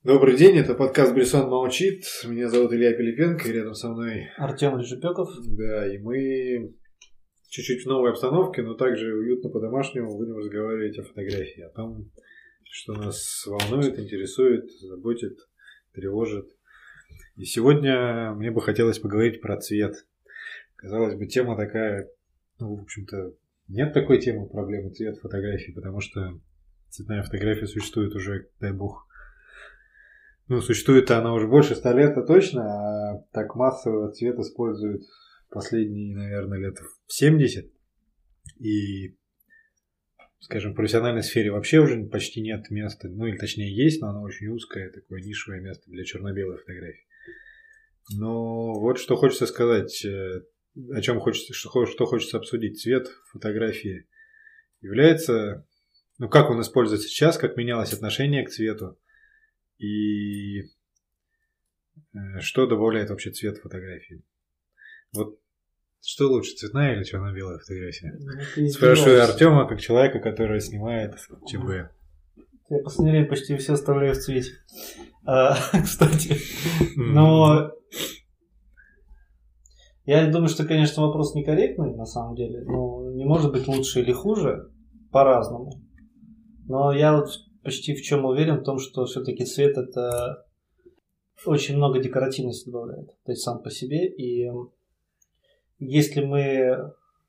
Добрый день, это подкаст «Брисон молчит». Меня зовут Илья Пилипенко, и рядом со мной Артем Режепеков. Да, и мы чуть-чуть в новой обстановке, но также уютно по-домашнему будем разговаривать о фотографии, о том, что нас волнует, интересует, заботит, тревожит. И сегодня мне бы хотелось поговорить про цвет. Казалось бы, тема такая, в общем-то, нет такой темы проблемы цвет фотографии, потому что цветная фотография существует уже, дай бог, существует она уже больше 100 лет, это точно, а так массово цвет используют последние, наверное, лет 70. И, скажем, в профессиональной сфере вообще уже почти нет места, или точнее есть, но оно очень узкое, такое нишевое место для черно-белой фотографии. Но вот что хочется сказать, о чем хочется, что хочется обсудить. Цвет фотографии является, как он используется сейчас, как менялось отношение к цвету. И что добавляет вообще цвет фотографии? Вот что лучше, цветная или черно-белая фотография? Спрашиваю Артема, как человека, который снимает ЧБ. Я в последнее время почти все оставляю в цвете. Кстати. Но я думаю, что, конечно, вопрос некорректный на самом деле. Но не может быть лучше или хуже. По-разному. Но я вот почти в чем уверен, в том, что все-таки цвет это очень много декоративности добавляет, то есть сам по себе. И если мы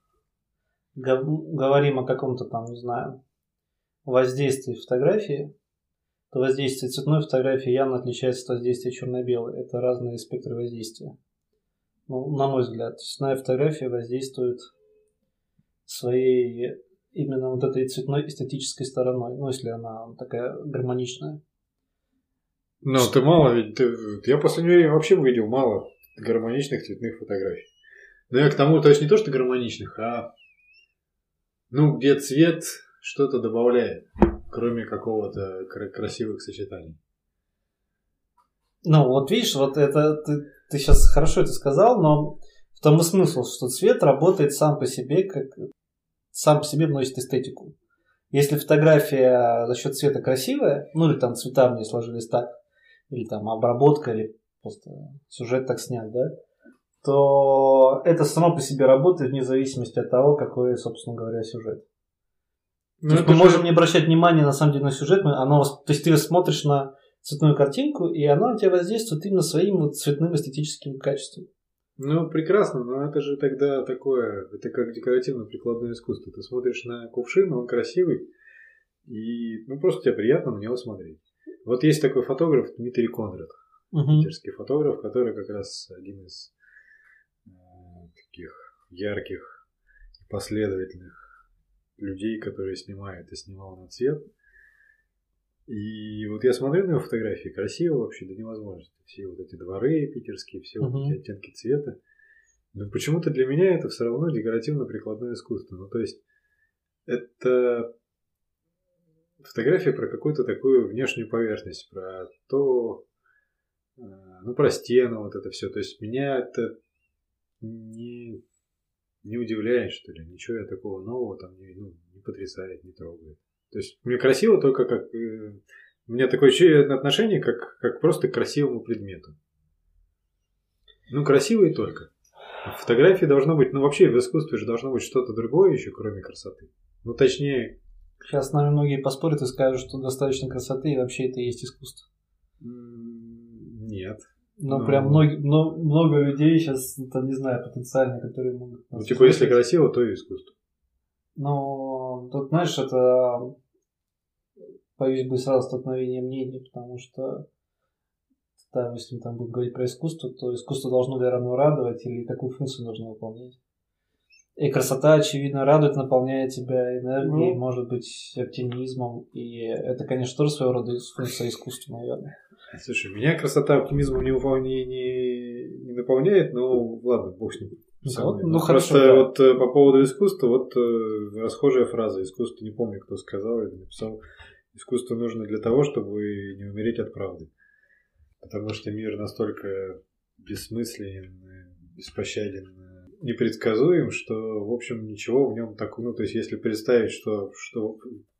говорим о каком-то там, не знаю, воздействии фотографии, то воздействие цветной фотографии явно отличается от воздействия черно-белой. Это разные спектры воздействия. На мой взгляд, цветная фотография воздействует своей именно вот этой цветной эстетической стороной, если она такая гармоничная. Ты мало, ведь я в последнее время вообще увидел мало гармоничных цветных фотографий. Но я к тому, то есть не то, что гармоничных, а где цвет что-то добавляет, кроме какого-то красивых сочетаний. Вот видишь, вот это ты сейчас хорошо это сказал, но в том и смысл, что цвет работает сам по себе вносит эстетику. Если фотография за счет цвета красивая, или там цвета в ней сложились так, или там обработка, или просто сюжет так снят, да, то это само по себе работает вне зависимости от того, какой, собственно говоря, сюжет. То есть мы можем не обращать внимания на самом деле на сюжет, то есть ты смотришь на цветную картинку, и она на тебя воздействует именно своим цветным эстетическим качеством. Прекрасно, но это же тогда такое, это как декоративно-прикладное искусство. Ты смотришь на кувшин, он красивый, и просто тебе приятно на него смотреть. Вот есть такой фотограф Дмитрий Кондрат, питерский фотограф, который как раз один из таких ярких и последовательных людей, которые снимают и снимал на цвет. И вот я смотрю на его фотографии, красиво вообще до невозможности. Все вот эти дворы питерские, все вот эти оттенки цвета. Но почему-то для меня это все равно декоративно-прикладное искусство. То есть это фотография про какую-то такую внешнюю поверхность, про то, про стену, вот это все. То есть меня это не удивляет, что ли. Ничего я такого нового там не потрясает, не трогает. То есть мне красиво только как... У меня такое отношение, как просто к красивому предмету. Красиво и только. В фотографии должно быть... вообще в искусстве же должно быть что-то другое еще, кроме красоты. Точнее... Сейчас с нами многие поспорят и скажут, что достаточно красоты, и вообще это и есть искусство. Нет. Прям много людей сейчас, не знаю, потенциально, которые могут... если красиво, то и искусство. Тут, знаешь, это, боюсь, будет сразу столкновение мнений, потому что, если мы там будем говорить про искусство, то искусство должно ли оно радовать или какую функцию должно выполнять. И красота, очевидно, радует, наполняет тебя энергией, может быть, оптимизмом, и это, конечно, тоже своего рода функция искусства, наверное. Слушай, меня красота оптимизмом не наполняет, но ладно, бог с ним. Хорошо. Просто по поводу искусства, расхожая фраза. Искусство, не помню, кто сказал или написал. Искусство нужно для того, чтобы не умереть от правды. Потому что мир настолько бессмысленен, беспощаден, непредсказуем, что, в общем, ничего в нем такого... то есть, если представить, что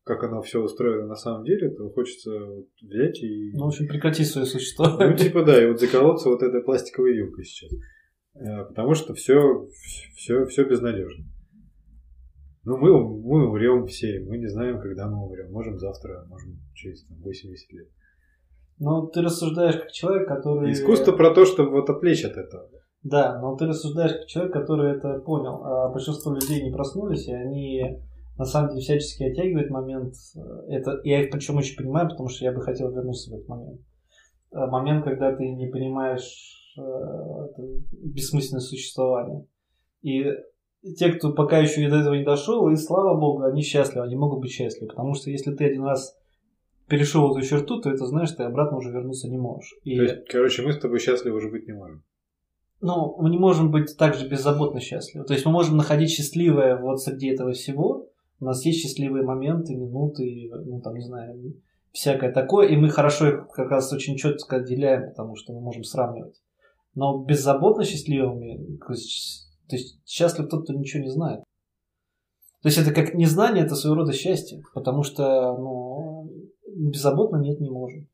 как оно все устроено на самом деле, то хочется взять и... Ну, в общем, прекратить свое существование. Ну, типа, да, и вот заколоться вот этой пластиковой вилкой сейчас. Потому что все безнадежно. Ну, мы умрем все, мы не знаем, когда мы умрем. Можем завтра, можем через 80 лет. Ну, ты рассуждаешь как человек, который... Искусство про то, чтобы вот отвлечь от этого. Да, но ты рассуждаешь как человек, который это понял. А большинство людей не проснулись, и они на самом деле всячески оттягивают момент. Это, я их причем очень понимаю, потому что я бы хотел вернуться в этот момент. Момент, когда ты не понимаешь это бессмысленное существование. И те, кто пока еще до этого не дошел, и слава богу, они счастливы, они могут быть счастливы. Потому что если ты один раз перешел эту черту, то это знаешь, ты обратно уже вернуться не можешь. И... То есть, короче, мы с тобой счастливы уже быть не можем. Ну, мы не можем быть так же беззаботно счастливы. То есть мы можем находить счастливое вот среди этого всего. У нас есть счастливые моменты, минуты, ну там, не знаю, всякое такое. И мы хорошо их как раз очень четко отделяем, потому что мы можем сравнивать. Но беззаботно счастливыми, то есть счастлив тот, кто ничего не знает. То есть это как незнание, это своего рода счастье. Потому что, ну, беззаботно нет, не можем.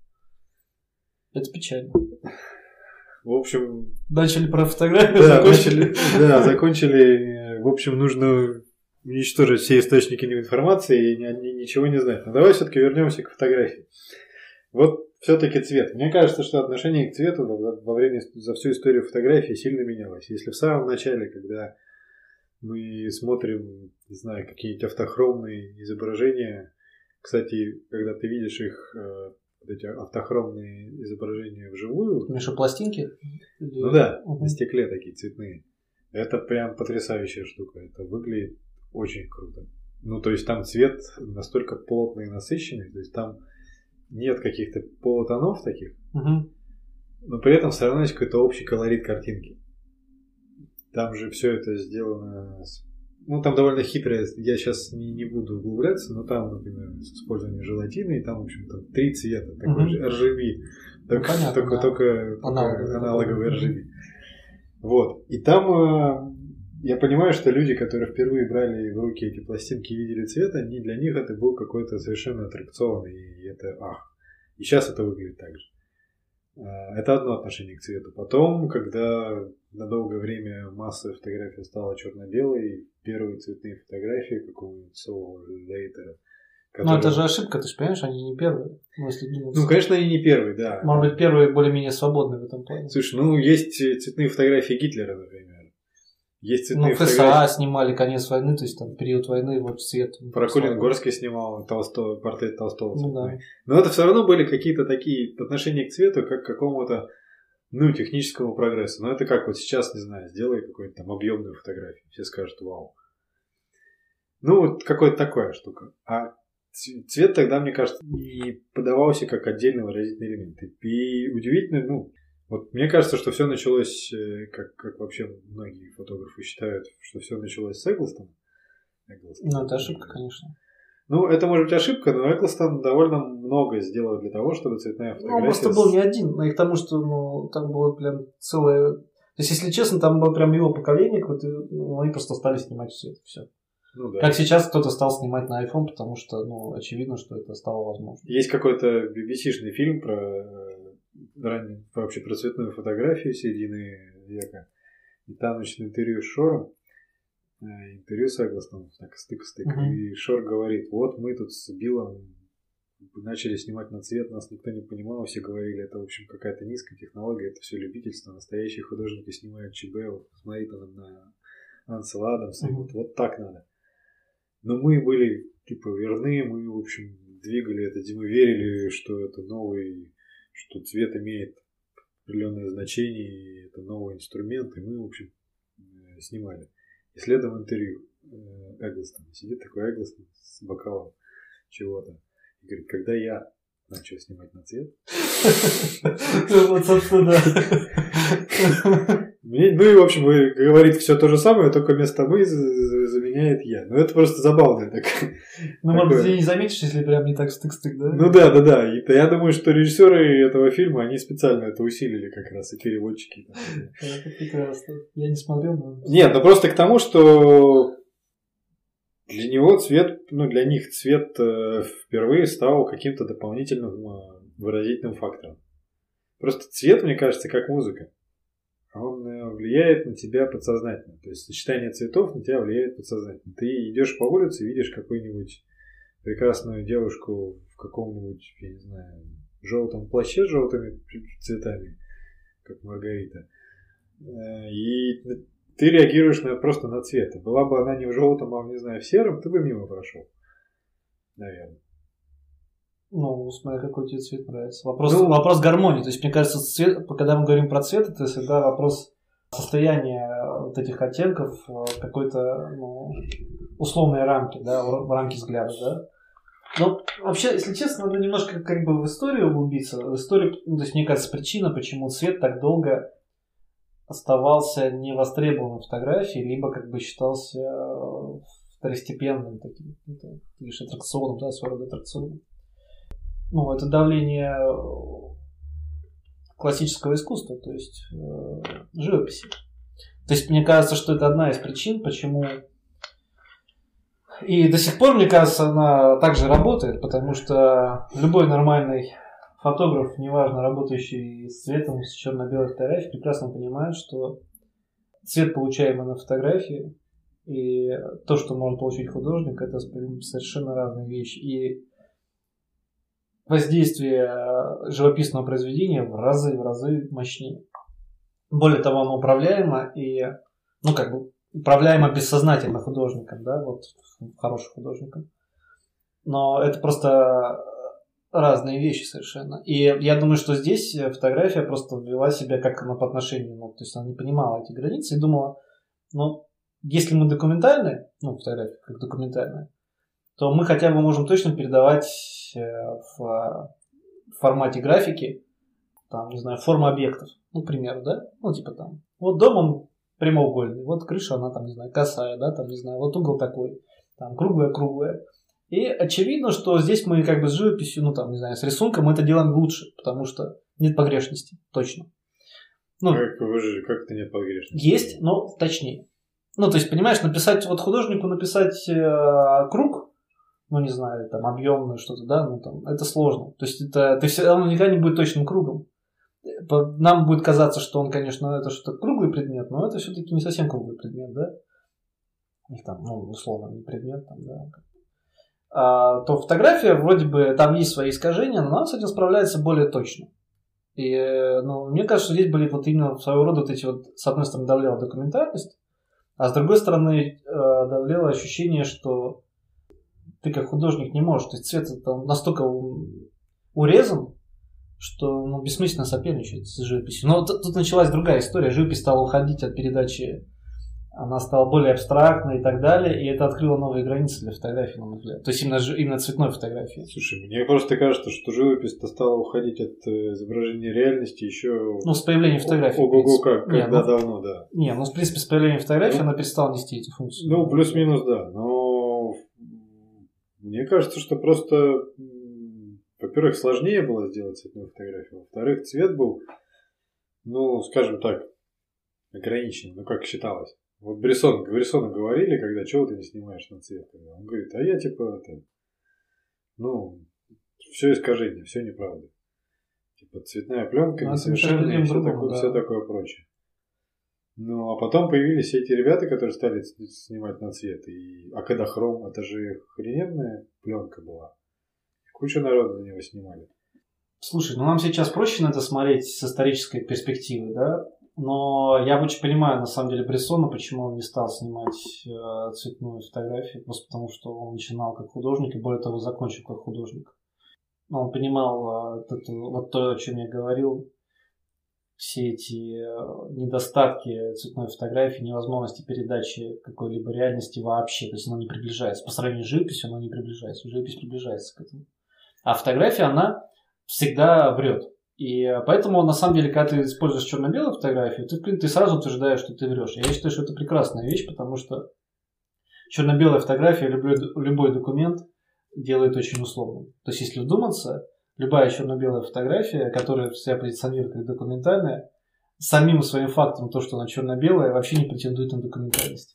Это печально. В общем... Начали про фотографию, да, закончили. Закончили. В общем, нужно уничтожить все источники информации и ничего не знать. Но давай все-таки вернемся к фотографии. Вот все-таки цвет. Мне кажется, что отношение к цвету за всю историю фотографии сильно менялось. Если в самом начале, когда мы смотрим, не знаю, какие-нибудь автохромные изображения, кстати, когда ты видишь их, вот эти автохромные изображения вживую... Ну, что, пластинки? Ну да, на стекле такие цветные. Это прям потрясающая штука. Это выглядит очень круто. Ну, то есть там цвет настолько плотный и насыщенный, то есть там нет каких-то полутонов таких, но при этом все равно есть какой-то общий колорит картинки. Там же все это сделано... Ну, там довольно хитрое, я сейчас не буду углубляться, но там, например, с использованием желатина, и там, в общем, там 3 цвета, такой же RGB, только аналоговый RGB. Вот. И там я понимаю, что люди, которые впервые брали в руки эти пластинки и видели цвет, они, для них это был какой-то совершенно аттракцион, и это И сейчас это выглядит так же. Это одно отношение к цвету. Потом, когда на долгое время массовая фотография стала черно-белой, первые цветные фотографии какого-нибудь Соло Лейтера. Ну, это же ошибка, ты же понимаешь, они не первые. Ну, конечно, они не первые, да. Может быть, первые более-менее свободные в этом плане. Слушай, ну, есть цветные фотографии Гитлера, например. Есть цветные фотографии. ФСА снимали конец войны, то есть там период войны, вот цвет. Прокулин Горский снимал портрет Толстого. Ну, да. Но это все равно были какие-то такие отношения к цвету, как к какому-то, ну, техническому прогрессу. Но это как вот сейчас, не знаю, сделай какую-то там объемную фотографию. Все скажут, вау. Ну, вот какая-то такая штука. А цвет тогда, мне кажется, не подавался как отдельный выразительный элемент. И удивительно, ну, вот мне кажется, что все началось, как вообще многие фотографы считают, что все началось с Эглстона. Ну, это ошибка, конечно. Ну, это может быть ошибка, но Эглстон довольно много сделал для того, чтобы цветная фотография... Ну, он просто был не один, и к тому, что, ну, там было прям целое... То есть, если честно, там было прям его поколение, они просто стали снимать цвет, все. Ну, да. Как сейчас кто-то стал снимать на iPhone, потому что, ну, очевидно, что это стало возможно. Есть какой-то BBC-шный фильм вообще про цветную фотографию середины века. И там, значит, интервью с Шором, интервью с Эглстоном, так стык-стык. И Шор говорит, вот мы тут с Биллом начали снимать на цвет, нас никто не понимал, все говорили, это, в общем, какая-то низкая технология, это все любительство, настоящие художники снимают ЧБ, вот посмотри там на Ансела Адамса, вот так надо. Но мы были, типа, верны, мы, в общем, двигали это, мы верили, что это новый, что цвет имеет определенное значение, и это новый инструмент, и мы, в общем, снимали. И следом интервью Эглстона. Сидит такой Эглстон с бокалом чего-то. И говорит, когда я начал снимать на цвет... Вот, собственно, да. Ну и, в общем, говорит все то же самое, только вместо «мы» заменяет «я». Ну это просто забавно. Ну, может, ты не заметишь, если прям не так стык-стык, да? Ну да. И я думаю, что режиссеры этого фильма, они специально это усилили как раз, и переводчики. Это прекрасно. Я не смотрел, но... Нет, ну просто к тому, что Для него цвет, для них цвет впервые стал каким-то дополнительным выразительным фактором. Просто цвет, мне кажется, как музыка. Он влияет на тебя подсознательно. То есть сочетание цветов на тебя влияет подсознательно. Ты идешь по улице, видишь какую-нибудь прекрасную девушку в каком-нибудь, я не знаю, желтом плаще с желтыми цветами, как Маргарита. И ты реагируешь просто на цвет. Была бы она не в желтом, а, не знаю, в сером, ты бы мимо прошел. Наверное. Смотря какой тебе цвет нравится. Вопрос гармонии. То есть, мне кажется, цвет, когда мы говорим про цвет, это всегда вопрос состояния вот этих оттенков в какой-то условной рамке, да, в рамке взгляда, да. Но вообще, если честно, надо немножко в историю углубиться. В историю, то есть, мне кажется, причина, почему цвет так долго оставался невостребованным в фотографии, либо считался второстепенным таким, аттракционом, да, своего рода аттракционом. Это давление классического искусства, то есть живописи. То есть мне кажется, что это одна из причин, почему... И до сих пор, мне кажется, она также работает, потому что любой нормальный фотограф, неважно, работающий с цветом, с черно-белой фотографией, прекрасно понимает, что цвет, получаемый на фотографии, и то, что может получить художник, это совершенно разные вещи. И воздействие живописного произведения в разы мощнее. Более того, оно управляемо и, управляемо бессознательно художником, да, хорошим художником. Но это просто разные вещи совершенно. И я думаю, что здесь фотография просто ввела себя как она по отношению, то есть она не понимала эти границы и думала, если мы документальные, фотография как документальная, то мы хотя бы можем точно передавать в формате графики, форму объектов. К примеру, да? Дом он прямоугольный, крыша она косая, да, угол такой, круглая. И очевидно, что здесь мы с живописью, с рисунком мы это делаем лучше, потому что нет погрешности, точно. Как это нет погрешности? Есть, но точнее. То есть, понимаешь, художнику написать круг, объемное что-то, да, это сложно. То есть, ты все равно никогда не будет точным кругом. Нам будет казаться, что он, конечно, это что-то круглый предмет, но это все-таки не совсем круглый предмет, да? Условно, не предмет, да. То фотография, вроде бы, там есть свои искажения, но она с этим справляется более точно. И, мне кажется, что здесь были именно своего рода с одной стороны, давляла документальность, а с другой стороны, давлело ощущение, что ты как художник не можешь. То есть цвет настолько урезан, что бессмысленно соперничать с живописью. Но тут началась другая история. Живопись стала уходить от передачи, она стала более абстрактной и так далее, и это открыло новые границы для фотографии, на мой взгляд. То есть именно цветной фотографии. Слушай, мне просто кажется, что живопись-то стала уходить от изображения реальности еще... с появлением фотографии. Ого-го, когда давно, да. В принципе, с появлением фотографии она перестала нести эту функцию. Плюс-минус, да. Но мне кажется, что просто, во-первых, сложнее было сделать цветную фотографию. Во-вторых, цвет был, скажем так, ограничен, как считалось. Брессону говорили, когда чего ты не снимаешь на цвет. Он говорит, а я все искажение, все неправда. Цветная пленка несовершенная и все такое прочее. А потом появились эти ребята, которые стали снимать на цвет. И Акадохром, это же охрененная пленка была. Куча народу на него снимали. Слушай, нам сейчас проще на это смотреть с исторической перспективы, да? Но я очень понимаю, на самом деле, Брессона, почему он не стал снимать цветную фотографию, просто потому что он начинал как художник и, более того, закончил как художник. Он понимал то, о чем я говорил, все эти недостатки цветной фотографии, невозможности передачи какой-либо реальности вообще. То есть она не приближается. По сравнению с живописью она не приближается. Живопись приближается к этому. А фотография, она всегда врет. И поэтому, на самом деле, когда ты используешь черно-белую фотографию, ты сразу утверждаешь, что ты врешь. Я считаю, что это прекрасная вещь, потому что черно-белая фотография, любой документ делает очень условным. То есть, если вдуматься, любая черно-белая фотография, которая себя позиционирует как документальная, самим своим фактом то, что она черно-белая, вообще не претендует на документальность. То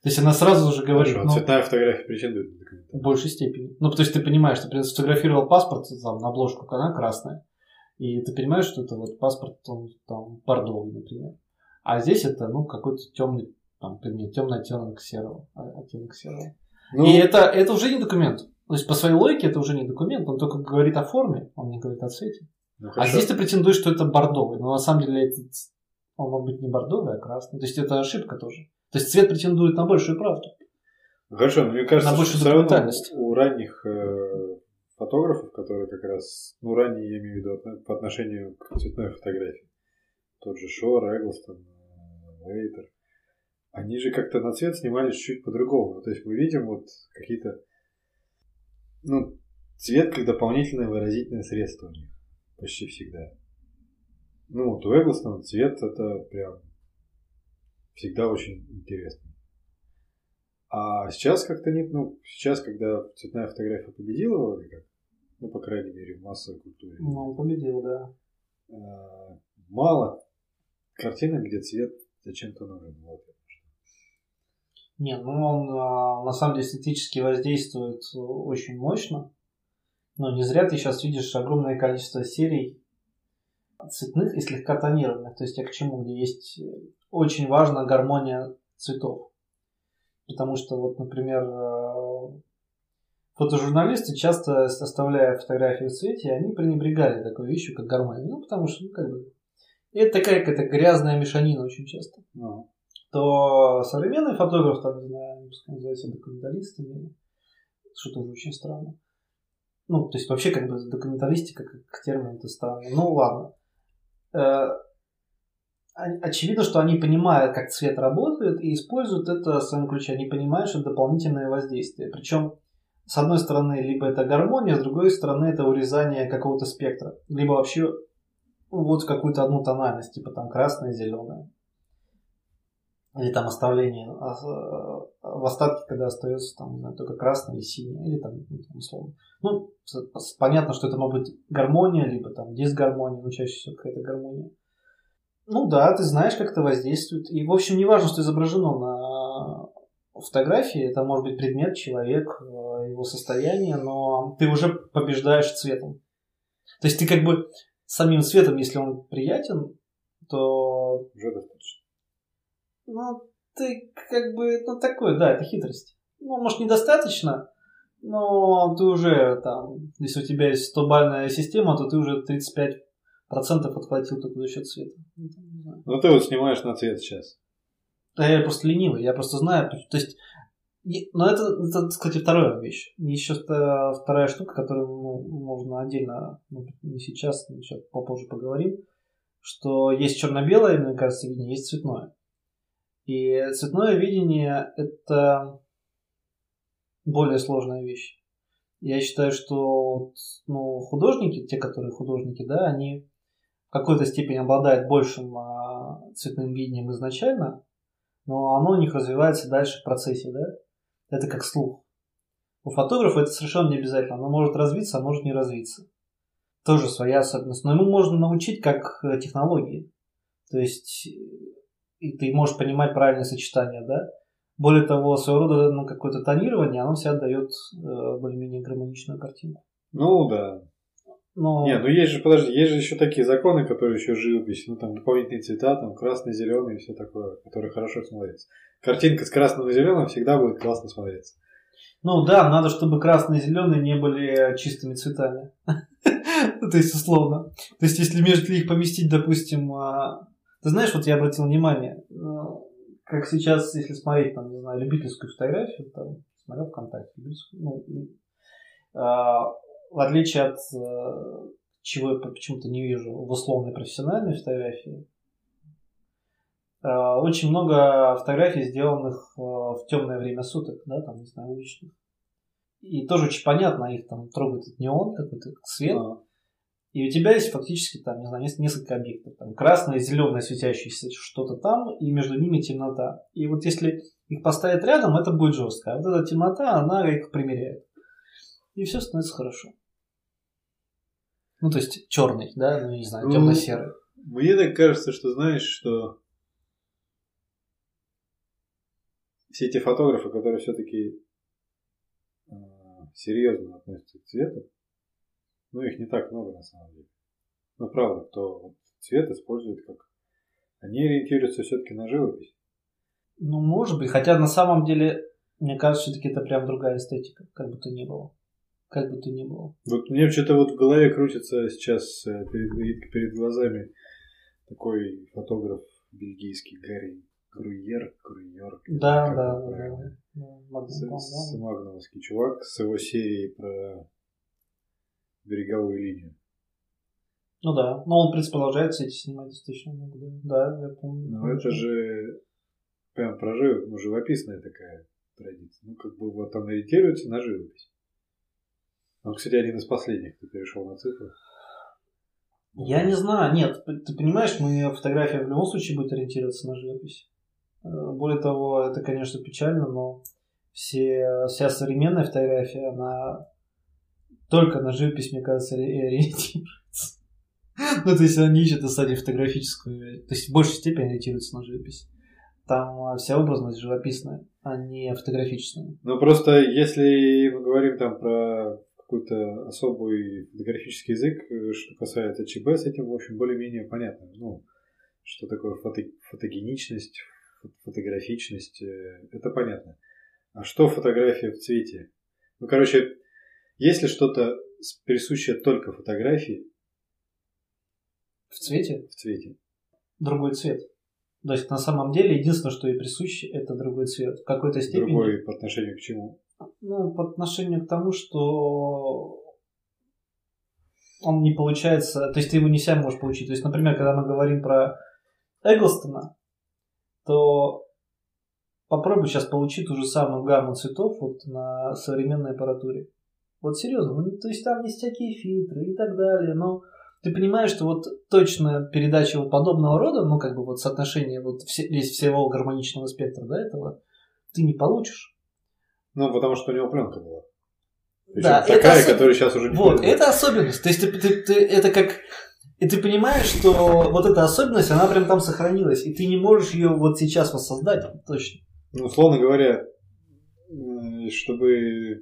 То есть она сразу же говорит... Хорошо, цветная фотография претендует на документ? В большей степени. Ну, то есть ты понимаешь, что ты сфотографировал паспорт, там, на обложку, она красная. И ты понимаешь, что это вот паспорт, он там бордовый, например. А здесь это, ну, какой-то темный там предмет, темный оттенок серого. Ну, и это уже не документ. То есть по своей логике это уже не документ, он только говорит о форме, он не говорит о цвете. Ну, а здесь ты претендуешь, что это бордовый. Но на самом деле он может быть не бордовый, а красный. То есть это ошибка тоже. То есть цвет претендует на большую правду. Хорошо, но мне кажется, на что все равно у ранних фотографов, которые как раз, ну, ранние, я имею в виду, по отношению к цветной фотографии, тот же Шор, Эглстон, Лейтер, они же как-то на цвет снимались чуть по-другому. Ну, то есть мы видим вот какие-то, ну, цвет как дополнительное выразительное средство у них почти всегда. Ну, вот у Эглстона цвет это прям всегда очень интересно. А сейчас как-то нет, ну, сейчас, когда цветная фотография победила, вроде как, ну, по крайней мере, в массовой культуре. Ну, победил, да. Мало картинок, где цвет зачем-то нужен. Вот. Не, ну, он на самом деле эстетически воздействует очень мощно. Но не зря ты сейчас видишь огромное количество серий цветных и слегка тонированных. То есть я к чему, где есть очень важна гармония цветов. Потому что, вот, например, фотожурналисты, часто оставляя фотографии в цвете, они пренебрегали такой вещью, как гармония. Ну, потому что, ну, как бы, это такая какая-то грязная мешанина очень часто. То современные фотографы, там, не знаю, пускай называются документалистами, что тоже очень странно. Ну, то есть вообще как бы документалистика как термин это странно. Ну, ладно. Очевидно, что они понимают, как цвет работает, и используют это в своем ключе. Они понимают, что это дополнительное воздействие. Причем, с одной стороны, либо это гармония, с другой стороны, это урезание какого-то спектра. Либо вообще вот какую-то одну тональность, типа там красное, зеленое. Или там оставление в остатке, когда остается там, не знаю, только красное и синее. Или там условно. Ну, понятно, что это может быть гармония, либо там дисгармония, но чаще всего какая-то гармония. Ну да, ты знаешь, как это воздействует. И, в общем, не важно, что изображено на фотографии. Это может быть предмет, человек, его состояние, но ты уже побеждаешь цветом. То есть ты как бы самим цветом, если он приятен, то... Уже достаточно. Ну, ты как бы... Ну, такой, да, это хитрость. Ну, может, недостаточно, но ты уже там... Если у тебя есть 100-бальная система, то ты уже 35% отхватил только за счет цвета. Ну, ты вот снимаешь на цвет сейчас. Да, я просто ленивый, я просто знаю. То есть, но это, кстати, вторая вещь. Еще вторая штука, которую можно отдельно, не сейчас, но сейчас попозже поговорим, что есть черно-белое, мне кажется, видение, есть цветное. И цветное видение – это более сложная вещь. Я считаю, что художники, те, которые художники, да, они в какой-то степени обладают большим цветным видением изначально, но оно у них развивается дальше в процессе, да? Это как слух. У фотографа это совершенно не обязательно. Оно может развиться, а может не развиться. Тоже своя особенность. Но ему можно научить как технологии. То есть и ты можешь понимать правильное сочетание, да? Более того, своего рода какое-то тонирование, оно всегда дает более-менее гармоничную картинку. Ну да. Но... Не, ну есть же еще такие законы, которые еще живопись, ну там дополнительные цвета, там красный, зеленый и все такое, которые хорошо смотрятся. Картинка с красным и зеленым всегда будет классно смотреться. Ну да, надо, чтобы красные и зеленые не были чистыми цветами. То есть условно. То есть если между их поместить, допустим, ты знаешь, вот я обратил внимание, как сейчас, если смотреть, там, не знаю, любительскую фотографию, там, смотрел ВКонтакте, в отличие от чего я почему-то не вижу в условной профессиональной фотографии, очень много фотографий, сделанных в темное время суток, да, там, не знаю, уличных. И тоже очень понятно, их там трогает неон, какой-то свет. И у тебя есть фактически там, не знаю, несколько объектов. Там красное, зеленое, светящееся что-то там, и между ними темнота. И вот если их поставить рядом, это будет жестко. А вот эта темнота, она их примеряет. И все становится хорошо. Ну, то есть черный, да, ну, не знаю, темно-серый. Мне так кажется, что знаешь, что все эти фотографы, которые все-таки серьезно относятся к цвету, ну, их не так много на самом деле. Ну, правда, кто вот цвет использует как... Они ориентируются все-таки на живопись. Ну, может быть. Хотя на самом деле, мне кажется, все-таки это прям другая эстетика, как бы то ни было. Как бы то ни было. Вот мне что-то вот в голове крутится сейчас перед глазами такой фотограф бельгийский Гарри Груйер. Да. Магнумовский чувак с его серией про береговую линию. Ну да. Но он, в принципе, продолжает все эти снимать достаточно много. Да, я помню. Но это же прям про живопись, ну, живописная такая традиция. Ну, как бы вот он ориентируется на живопись. Он, кстати, один из последних, кто перешел на цифры. Я не знаю. Нет, ты понимаешь, фотография в любом случае будет ориентироваться на живопись. Более того, это, конечно, печально, но вся современная фотография, она только на живопись, мне кажется, ориентируется. Ну, то есть они ищут на стадии фотографическую, то есть в большей степени ориентируются на живопись. Там вся образность живописная, а не фотографичная. Ну, просто если мы говорим там про какой-то особый фотографический язык, что касается ЧБ, с этим, в общем, более-менее понятно. Ну, что такое фотогеничность, фотографичность, это понятно. А что фотография в цвете? Ну, короче, если что-то присущее только фотографии... В цвете? В цвете. Другой цвет. То есть, на самом деле, единственное, что ей присуще, это другой цвет. В какой-то степени... Другой по отношению к чему? Ну, по отношению к тому, что он не получается... То есть, ты его не себя можешь получить. То есть, например, когда мы говорим про Эглстона, то попробуй сейчас получить ту же самую гамму цветов вот на современной аппаратуре. Вот серьезно. Ну, то есть, там есть всякие фильтры и так далее, но... Ты понимаешь, что вот точно передача вот подобного рода, ну, как бы вот соотношение вот весь всего гармоничного спектра, да, этого, ты не получишь. Ну, потому что у него пленка была. Причем да, такая, которая сейчас уже не вот, это особенность. То есть это как... И ты понимаешь, что вот эта особенность, она прям там сохранилась, и ты не можешь ее вот сейчас воссоздать, точно. Ну, условно говоря, чтобы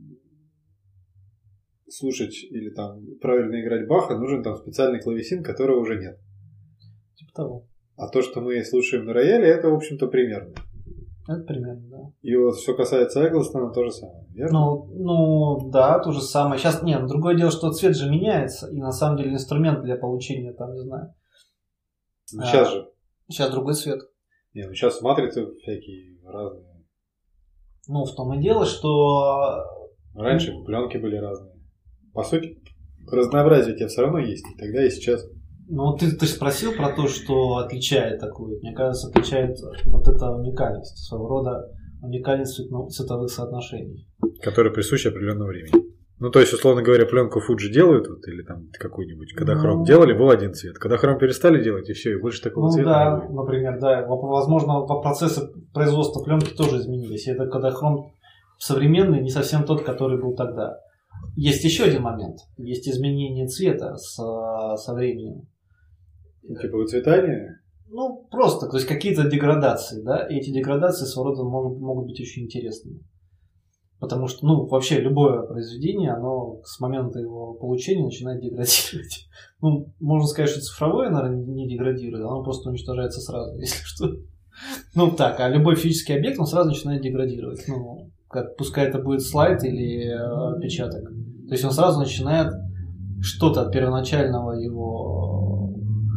слушать или там правильно играть Баха, нужен там специальный клавесин, которого уже нет. Типа того. А то, что мы слушаем на рояле, это, в общем-то, примерно. Это примерно, да. И вот что касается Эглстона, то же самое, верно? Ну, да, то же самое. Сейчас, нет, другое дело, что цвет же меняется, и на самом деле инструмент для получения, там, не знаю. Сейчас же. Сейчас другой цвет. Не, ну сейчас матрицы всякие разные. Ну, в том и дело, что... Раньше пленки были разные. По сути, разнообразие у тебя все равно есть, и тогда, и сейчас. Ну, ты же спросил про то, что отличает такую. Мне кажется, отличает вот эта уникальность, своего рода уникальность цветовых соотношений. Которая присуща определенному времени. Ну, то есть, условно говоря, пленку Fuji делают, вот, или там какую-нибудь, когда хром делали, был один цвет. Когда хром перестали делать, и все, и больше такого цвета да, не будет. Например, да. Возможно, процессы производства пленки тоже изменились. И это когда хром современный, не совсем тот, который был тогда. Есть еще один момент. Есть изменение цвета со временем. Типа выцветание? Ну, просто, то есть какие-то деградации, да, и эти деградации своего рода могут быть очень интересными. Потому что, ну, вообще любое произведение, оно с момента его получения начинает деградировать. Ну, можно сказать, что цифровое, наверное, не деградирует, оно просто уничтожается сразу, если что. Ну, так, а любой физический объект, он сразу начинает деградировать. Ну, пускай это будет слайд или отпечаток. То есть он сразу начинает что-то от первоначального его,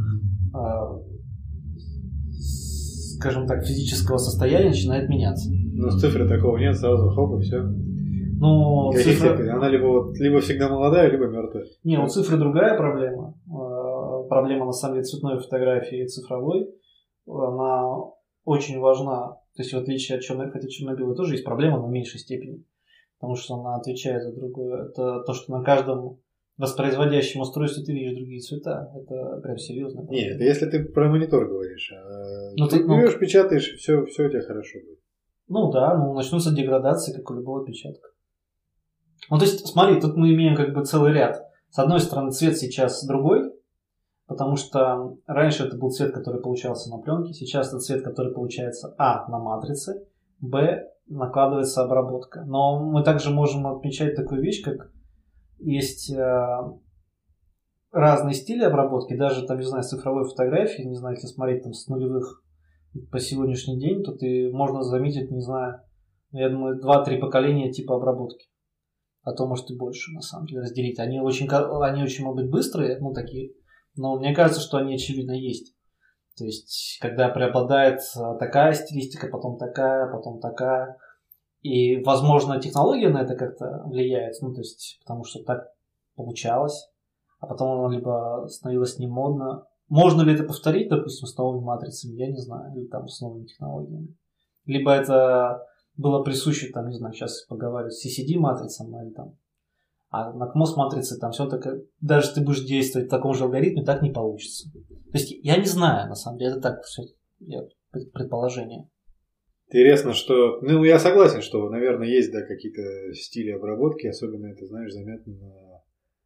скажем так, физического состояния начинает меняться. Но с цифры такого нет, сразу хоп и все. Ну, она либо всегда молодая, либо мертвая. Не, у цифры другая проблема. Проблема, на самом деле, цветной фотографии и цифровой. Она очень важна. То есть, в отличие от черно-белой, тоже есть проблема, но в меньшей степени. Потому что она отвечает за другое. Это то, что на каждом воспроизводящем устройстве ты видишь другие цвета. Это прям серьезно. Нет, это если ты про монитор говоришь. Ты берешь, печатаешь, и все у тебя хорошо будет. Ну да, начнутся деградации, как у любого отпечатка. Ну, то есть, смотри, тут мы имеем как бы целый ряд. С одной стороны, цвет сейчас другой, потому что раньше это был цвет, который получался на пленке, сейчас это цвет, который получается на матрице, б, накладывается обработка. Но мы также можем отмечать такую вещь, как есть разные стили обработки, даже там, не знаю, цифровой фотографии, не знаю, если смотреть там с нулевых по сегодняшний день, то можно заметить, не знаю, я думаю, 2-3 поколения типа обработки. А то, может, и больше, на самом деле, разделить. Они очень, могут быть быстрые, такие, но мне кажется, что они, очевидно, есть. То есть, когда преобладает такая стилистика, потом такая, и, возможно, технология на это как-то влияет, то есть, потому что так получалось, а потом оно либо становилось не модно. Можно ли это повторить, допустим, с новыми матрицами, я не знаю, или там с новыми технологиями. Либо это было присуще, там, не знаю, сейчас поговорю, с CCD-матрицам, или там, а на CMOS-матрице там все так, даже если ты будешь действовать в таком же алгоритме, так не получится. То есть я не знаю, на самом деле, это так все предположение. Интересно, что... я согласен, что, наверное, есть, да, какие-то стили обработки, особенно это, знаешь, заметно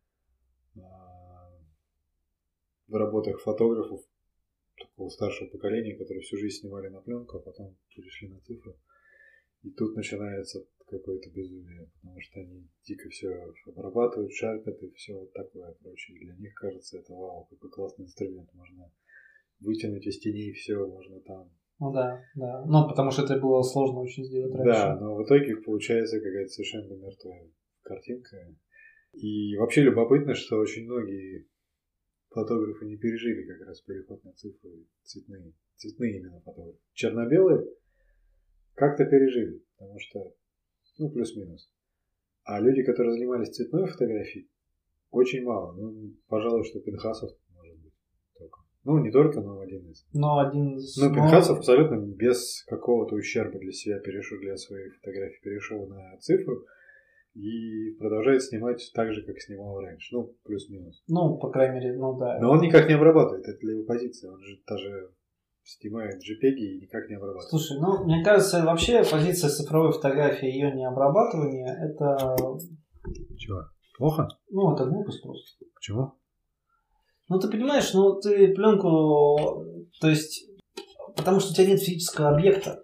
в работах фотографов такого старшего поколения, которые всю жизнь снимали на пленку, а потом перешли на цифру. И тут начинается какое-то безумие, потому что они дико все обрабатывают, шарпят и все вот такое прочее. Для них кажется, это вау, какой классный инструмент. Можно вытянуть из теней все, можно там... Да. Потому что это было сложно очень сделать раньше. Да, но в итоге получается какая-то совершенно мертвая картинка. И вообще любопытно, что очень многие фотографы не пережили как раз переход на цифры цветные именно фотографы. Черно-белые как-то пережили, потому что, плюс-минус. А люди, которые занимались цветной фотографией, очень мало. Пожалуй, что Пинхасов может быть только. Не только, но один из. Пинхасов абсолютно без какого-то ущерба для себя для своей фотографии перешел на цифру и продолжает снимать так же, как снимал раньше. Плюс-минус. По крайней мере, да. Но он никак не обрабатывает, это для его позиции. Он же даже снимает JPEG и никак не обрабатывает. Слушай, мне кажется, вообще позиция цифровой фотографии, ее не обрабатывание, это... Чего? Плохо? Это глупость просто. Почему? Ты понимаешь, ты пленку, то есть, потому что у тебя нет физического объекта.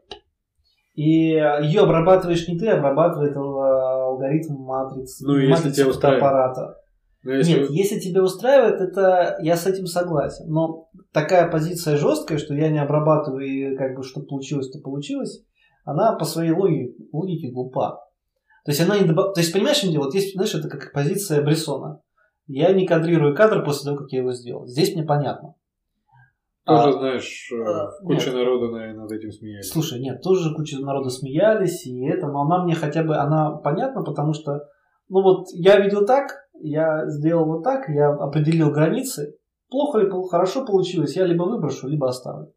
И ее обрабатываешь не ты, обрабатывает алгоритм матриц. Если тебя устраивает. Аппарата. Если тебя устраивает, это я с этим согласен. Но такая позиция жесткая, что я не обрабатываю и что получилось, то получилось, она по своей логике глупа. То есть она не То есть, понимаешь, что дело? Есть, знаешь, это как позиция Брессона. Я не кадрирую кадр после того, как я его сделал. Здесь мне понятно. Тоже, знаешь, куча народу, наверное, над этим смеялись. Слушай, нет, тоже куча народу смеялись, но она мне она понятна, потому что, я видел так, я сделал вот так, я определил границы, плохо или хорошо получилось, я либо выброшу, либо оставлю.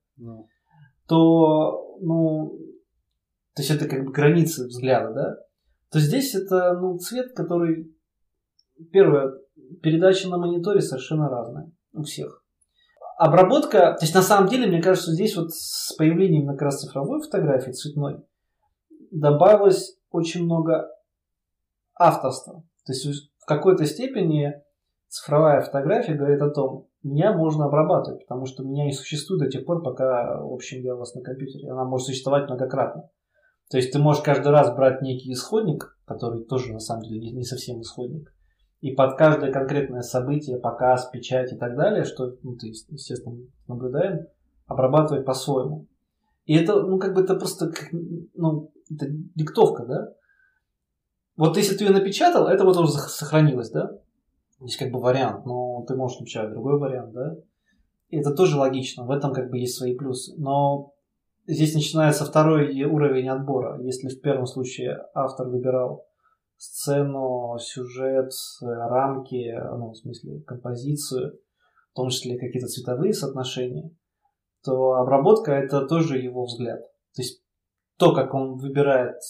То есть это границы взгляда, да? То здесь это, цвет, который, первое, передача на мониторе совершенно разная у всех. Обработка, то есть на самом деле, мне кажется, здесь с появлением как раз цифровой фотографии, цветной, добавилось очень много авторства. То есть в какой-то степени цифровая фотография говорит о том, меня можно обрабатывать, потому что меня не существует до тех пор, пока, в общем, я у вас на компьютере. Она может существовать многократно. То есть ты можешь каждый раз брать некий исходник, который тоже на самом деле не совсем исходник, и под каждое конкретное событие, показ, печать и так далее, что ты, естественно, наблюдаем, обрабатывать по-своему. И это, это просто, это диктовка, да? Если ты ее напечатал, это уже сохранилось, да? Есть вариант, но ты можешь напечатать другой вариант, да? И это тоже логично, в этом есть свои плюсы. Но здесь начинается второй уровень отбора. Если в первом случае автор выбирал сцену, сюжет, рамки, в смысле композицию, в том числе какие-то цветовые соотношения, то обработка это тоже его взгляд. То есть то, как он выбирает,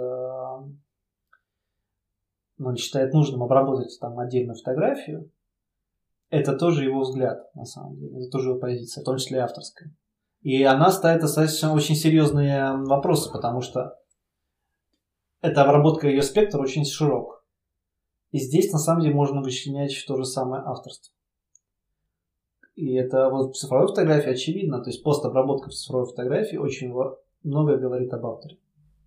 считает нужным обработать отдельную фотографию, это тоже его взгляд, на самом деле. Это тоже его позиция, в том числе авторская. И она ставит достаточно очень серьезные вопросы, потому что эта обработка, ее спектр очень широк. И здесь, на самом деле, можно вычленять то же самое авторство. И это в цифровой фотографии очевидно. То есть постобработка в цифровой фотографии очень многое говорит об авторе.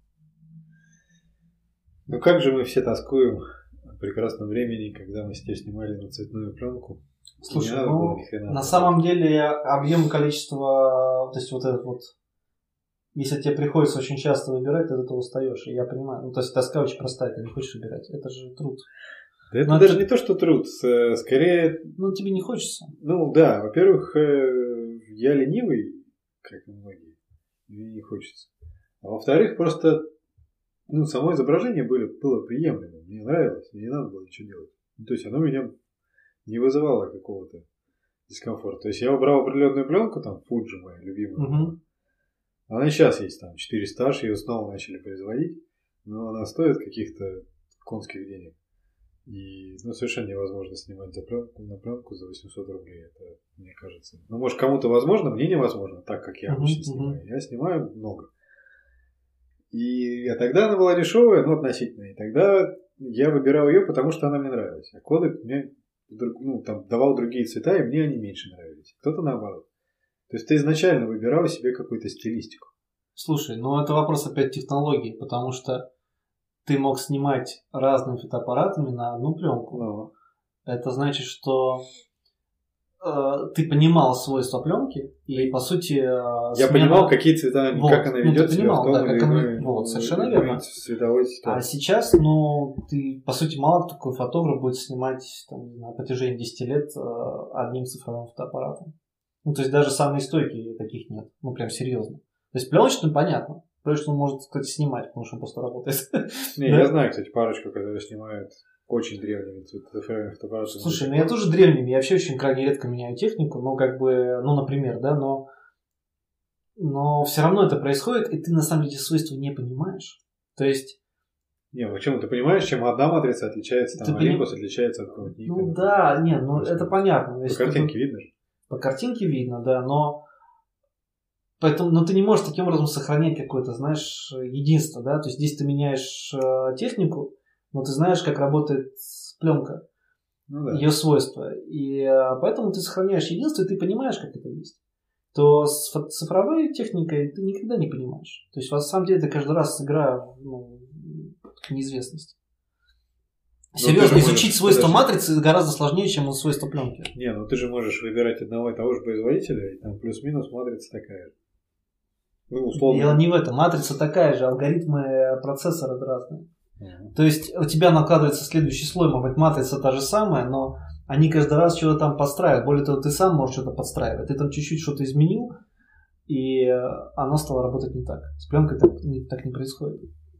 Ну как же мы все тоскуем о прекрасном времени, когда мы себе снимали на цветную пленку. Слушай, на самом деле объем количества, то есть вот этот вот, если тебе приходится очень часто выбирать, ты от этого устаешь. И я понимаю, то есть тоска очень простая, ты не хочешь выбирать, это же труд. Да это даже не то, что труд, скорее... Ну, тебе не хочется. Ну да, во-первых, я ленивый, как и многие, мне не хочется. А во-вторых, просто само изображение было приемлемым, мне нравилось, мне не надо было ничего делать. То есть оно меня не вызывало какого-то дискомфорта. То есть я убрал определенную пленку, там, Fuji моя любимая. Она и сейчас есть, там, 400 аж, ее снова начали производить, но она стоит каких-то конских денег. И совершенно невозможно снимать на пленку за 800 рублей, это, мне кажется. Ну, может, кому-то возможно, мне невозможно, так как я обычно снимаю. Я снимаю много. И тогда она была дешевая, относительно. И тогда я выбирал ее, потому что она мне нравилась. А Kodak мне давал другие цвета, и мне они меньше нравились. Кто-то наоборот. То есть ты изначально выбирал себе какую-то стилистику. Слушай, это вопрос опять технологии, потому что ты мог снимать разными фотоаппаратами на одну пленку. Это значит, что ты понимал свойства пленки и, по сути... Я понимал, какие цвета, как она ведет себя в том или ином совершенно верно. Цветовой ситуации. А сейчас, ты, по сути, мало кто такой фотограф будет снимать на протяжении 10 лет одним цифровым фотоаппаратом. То есть даже самые стойкие таких нет. Прям серьезно. То есть пленочным понятно. Пленочным может, кстати, снимать, потому что он просто работает. Я знаю, кстати, парочку, которые снимают очень древними цифровыми фотоаппаратами. Слушай, я тоже древними. Я вообще очень крайне редко меняю технику. Например, да, но все равно это происходит, и ты на самом деле свойства не понимаешь. То есть... почему? Ты понимаешь, чем одна матрица отличается, Olympus отличается от какого-нибудь Nikon? Это понятно. По картинке видно же. По картинке видно, да, но ты не можешь таким образом сохранять какое-то, единство, да, то есть здесь ты меняешь технику, но ты знаешь, как работает пленка, ее свойства, и поэтому ты сохраняешь единство, и ты понимаешь, как это есть. То с цифровой техникой ты никогда не понимаешь. То есть, на самом деле, это каждый раз игра в неизвестность. Серьезно, изучить свойства матрицы гораздо сложнее, чем свойства пленки. Ты же можешь выбирать одного и того же производителя, и там плюс-минус матрица такая же. Условно. Дело не в этом. Матрица такая же, алгоритмы процессора разные. То есть у тебя накладывается следующий слой, может быть, матрица та же самая, но они каждый раз что-то там подстраивают. Более того, ты сам можешь что-то подстраивать. Ты там чуть-чуть что-то изменил, и оно стало работать не так. С пленкой так не происходит.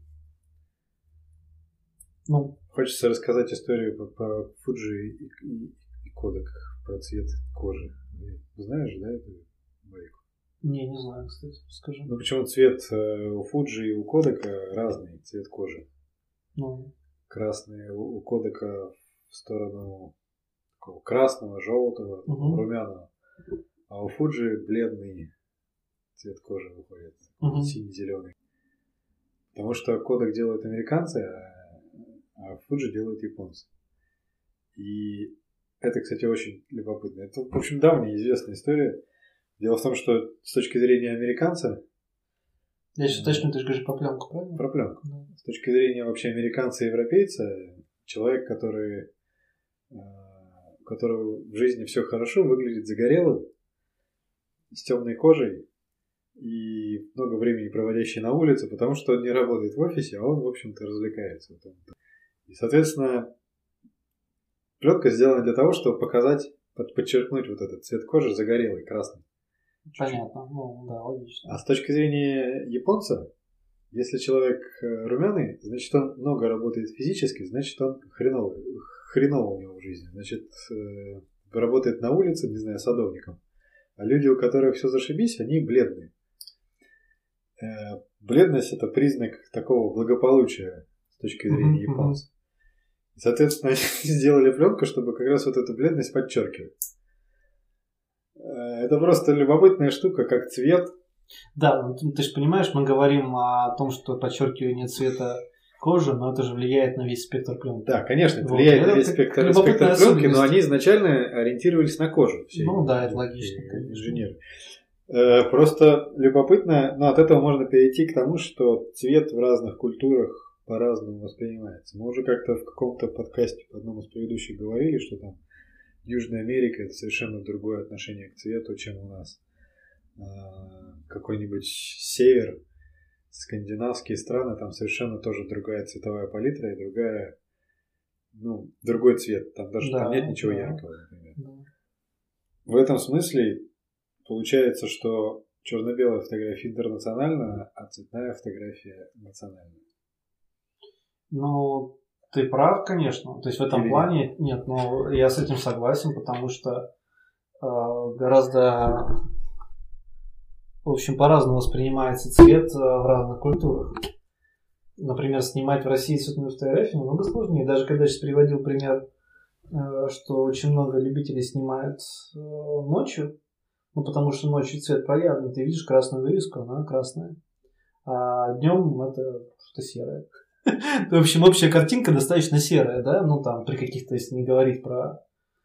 Хочется рассказать историю про Fuji и Kodak, про цвет кожи. Знаешь, да, эту байку? Не знаю, кстати, скажи. Почему цвет у Fuji и у Kodak разный, цвет кожи? Красный у Kodak в сторону такого красного, желтого, румяного. А у Fuji бледный цвет кожи выходит, синий-зеленый. Потому что Kodak делают американцы, а Fuji делают японцы. И это, кстати, очень любопытно. Это, в общем, давняя известная история. Дело в том, что с точки зрения американца... Я сейчас точно, ты же говоришь про пленку, правильно? Про пленку. Да. С точки зрения вообще американца и европейца, человек, у которого в жизни все хорошо, выглядит загорелым, с темной кожей и много времени проводящий на улице, потому что он не работает в офисе, а он, в общем-то, развлекается. И, соответственно, пленка сделана для того, чтобы подчеркнуть вот этот цвет кожи загорелый, красный. Понятно, да, логично. А с точки зрения японца, если человек румяный, значит, он много работает физически, значит, он хреново у него в жизни. Значит, работает на улице, не знаю, садовником. А люди, у которых все зашибись, они бледные. Бледность – это признак такого благополучия с точки зрения японца. И, соответственно, они сделали пленку, чтобы как раз вот эту бледность подчеркивать. Это просто любопытная штука, как цвет. Да, ты же понимаешь, мы говорим о том, что подчеркивание цвета кожи, но это же влияет на весь спектр пленки. Да, конечно, это влияет на весь спектр пленки, но они изначально ориентировались на кожу. Да, это логично, конечно. Инженеры. Просто любопытно, но от этого можно перейти к тому, что цвет в разных культурах по-разному воспринимается. Мы уже как-то в каком-то подкасте в одном из предыдущих говорили, что там Южная Америка – это совершенно другое отношение к цвету, чем у нас. Какой-нибудь север, скандинавские страны, там совершенно тоже другая цветовая палитра и другой цвет. Там даже там нет ничего яркого, например. Да. В этом смысле получается, что черно-белая фотография интернациональная, а цветная фотография национальная. Ну, ты прав, конечно. То есть в этом плане нет, но я с этим согласен, потому что гораздо, в общем, по-разному воспринимается цвет в разных культурах. Например, снимать в России цветную фотографию намного сложнее. Даже когда я сейчас приводил пример, что очень много любителей снимают ночью, потому что ночью цвет проявлен, ты видишь красную вывеску, она красная, а днем это что-то серое. В общем, общая картинка достаточно серая, да, там при каких-то, если не говорить про...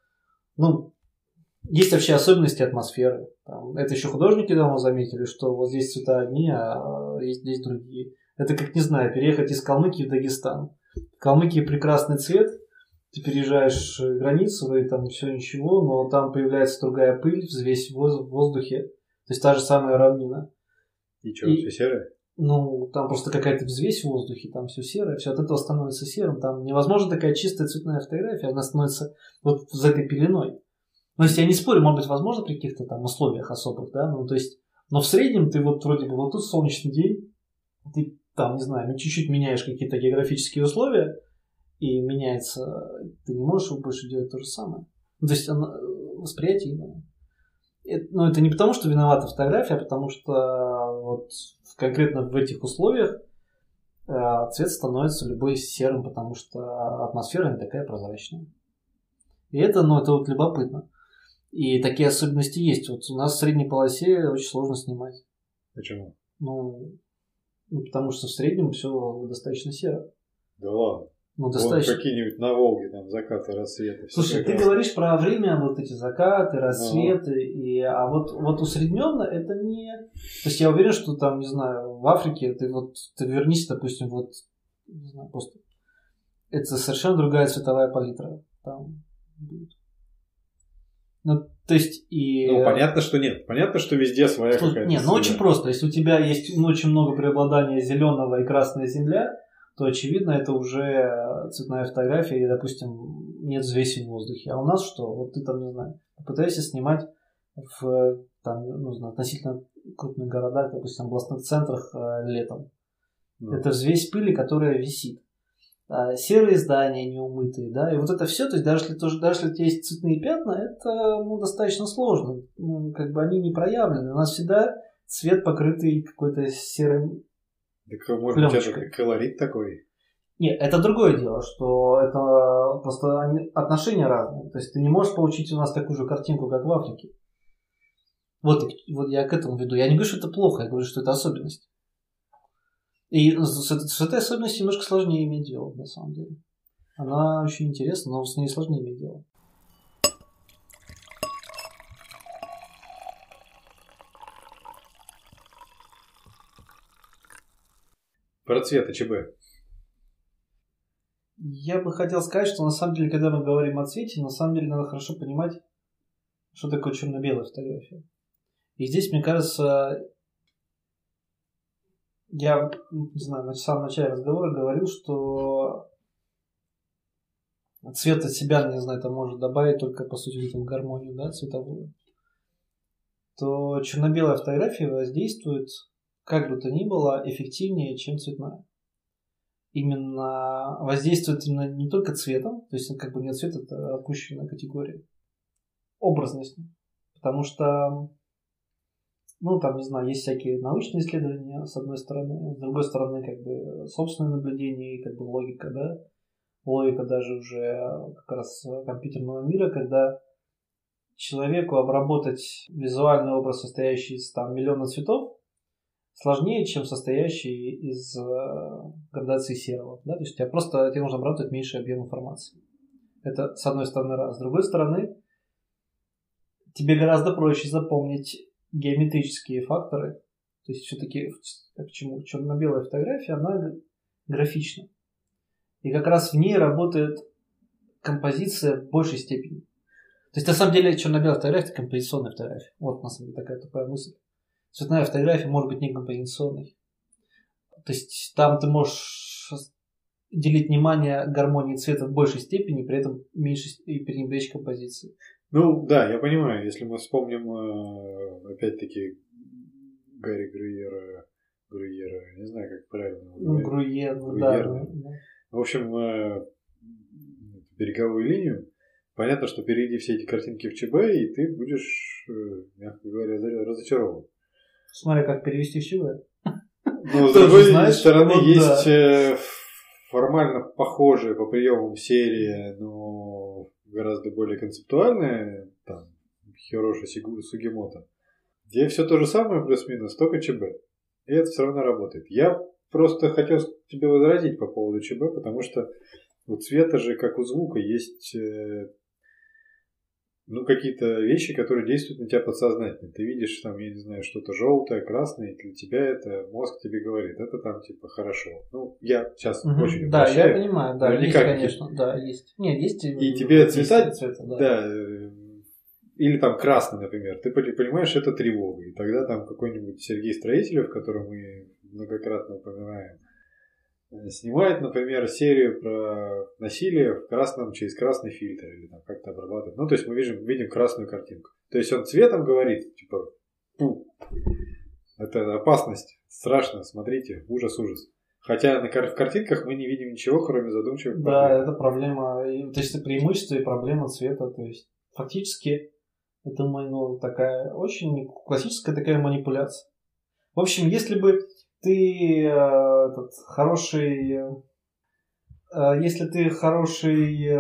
есть вообще особенности атмосферы. Это еще художники давно заметили, что вот здесь цвета одни, а здесь другие. Это как, не знаю, переехать из Калмыкии в Дагестан. В Калмыкии прекрасный цвет, ты переезжаешь границу, и там все ничего, но там появляется другая пыль, взвесь в воздухе, то есть та же самая равнина. И что, все серое? Там просто какая-то взвесь в воздухе, там все серое, все от этого становится серым. Там невозможно такая чистая цветная фотография, она становится вот за этой пеленой. Если я не спорю, может быть, возможно при каких-то там условиях особых, да, но в среднем ты вот вроде бы вот тут солнечный день, ты там, не знаю, чуть-чуть меняешь какие-то географические условия, и меняется, ты не можешь больше делать то же самое. То есть восприятие иное. Это не потому, что виновата фотография, а потому что вот конкретно в этих условиях цвет становится любой серым, потому что атмосфера не такая прозрачная. И это вот любопытно. И такие особенности есть. Вот у нас в средней полосе очень сложно снимать. Почему? Потому что в среднем все достаточно серо. Да ладно. Достаточно. Вот какие-нибудь на Волге, там закаты, рассветы. Слушай, ты говоришь про время, вот эти закаты, рассветы, а вот усредненно это не... То есть я уверен, что там, не знаю, в Африке ты вернись, допустим, не знаю, просто... Это совершенно другая цветовая палитра там будет. То есть и... понятно, что нет. Понятно, что везде своя какая-то... Нет, очень просто. Если у тебя есть очень много преобладания зеленого и красная земля, то, очевидно, это уже цветная фотография, и, допустим, нет взвеси в воздухе. А у нас что? Вот ты там, не знаю, попытайся снимать в относительно крупных городах, допустим, областных центрах летом. Это взвесь пыли, которая висит. Серые здания неумытые, да, и вот это все, то есть даже если у тебя есть цветные пятна, это достаточно сложно. Они не проявлены. У нас всегда цвет покрытый какой-то серым. Так, может быть, это колорит такой? Нет, это другое дело, что это просто отношения разные. То есть ты не можешь получить у нас такую же картинку, как в Африке. Вот я к этому веду. Я не говорю, что это плохо, я говорю, что это особенность. И с этой особенностью немножко сложнее иметь дело, на самом деле. Она очень интересна, но с ней сложнее иметь дело. Про цвет АЧБ. Я бы хотел сказать, что на самом деле, когда мы говорим о цвете, на самом деле надо хорошо понимать, что такое черно-белая фотография. И здесь, мне кажется, я, не знаю, в самом начале разговора говорил, что цвет от себя, не знаю, это может добавить только, по сути, в гармонию, да, цветовую. То черно-белая фотография воздействует, как бы то ни было, эффективнее, чем цветная. Именно воздействует именно не только цветом, то есть не цвет, это опущенная категория, образностью. Потому что, не знаю, есть всякие научные исследования, с одной стороны, с другой стороны, собственное наблюдение и логика, да, логика даже уже как раз компьютерного мира, когда человеку обработать визуальный образ, состоящий из миллиона цветов, сложнее, чем состоящий из градации серого. Да? То есть тебе нужно обработать меньший объем информации. Это с одной стороны раз. С другой стороны, тебе гораздо проще запомнить геометрические факторы. То есть все-таки почему черно-белая фотография, она графично. И как раз в ней работает композиция в большей степени. То есть, на самом деле, черно-белая фотография – это композиционная фотография. Вот, на самом деле, такая тупая мысль. Цветная фотография может быть не композиционной. То есть, там ты можешь делить внимание гармонии цвета в большей степени, при этом меньше и пренебречь композицией. Ну, да, я понимаю. Если мы вспомним, опять-таки, Гарри Грюера, не знаю, как правильно его говорить. Грюер, да. В общем, береговую линию. Понятно, что перейди все эти картинки в ЧБ, и ты будешь, мягко говоря, разочарован. Смотри, как перевести в ЧБ. Ну, с другой стороны, есть формально похожие по приемам серии, но гораздо более концептуальная, там, Хироши Сугимото, где все то же самое, плюс-минус, только ЧБ. И это все равно работает. Я просто хотел тебе возразить по поводу ЧБ, потому что у цвета же, как у звука, есть какие-то вещи, которые действуют на тебя подсознательно. Ты видишь там, я не знаю, что-то желтое, красное, и для тебя это мозг тебе говорит, это там типа хорошо. Ну, я сейчас очень упрощаю. Да, я понимаю, да, есть, конечно, да, есть. Нет, есть. И тебе цвета, да, или там красный, например, ты понимаешь, это тревога. И тогда там какой-нибудь Сергей Строителев, которого мы многократно упоминаем, снимает, например, серию про насилие в красном, через красный фильтр или там как-то обрабатывает. Ну, то есть мы видим красную картинку. То есть он цветом говорит, типа, это опасность, страшно, смотрите, ужас. Хотя в картинках мы не видим ничего, кроме задумчивых проблем. Да, это проблема, то есть это преимущество и проблема цвета. То есть фактически это такая очень классическая такая манипуляция. В общем, если бы ты если ты хороший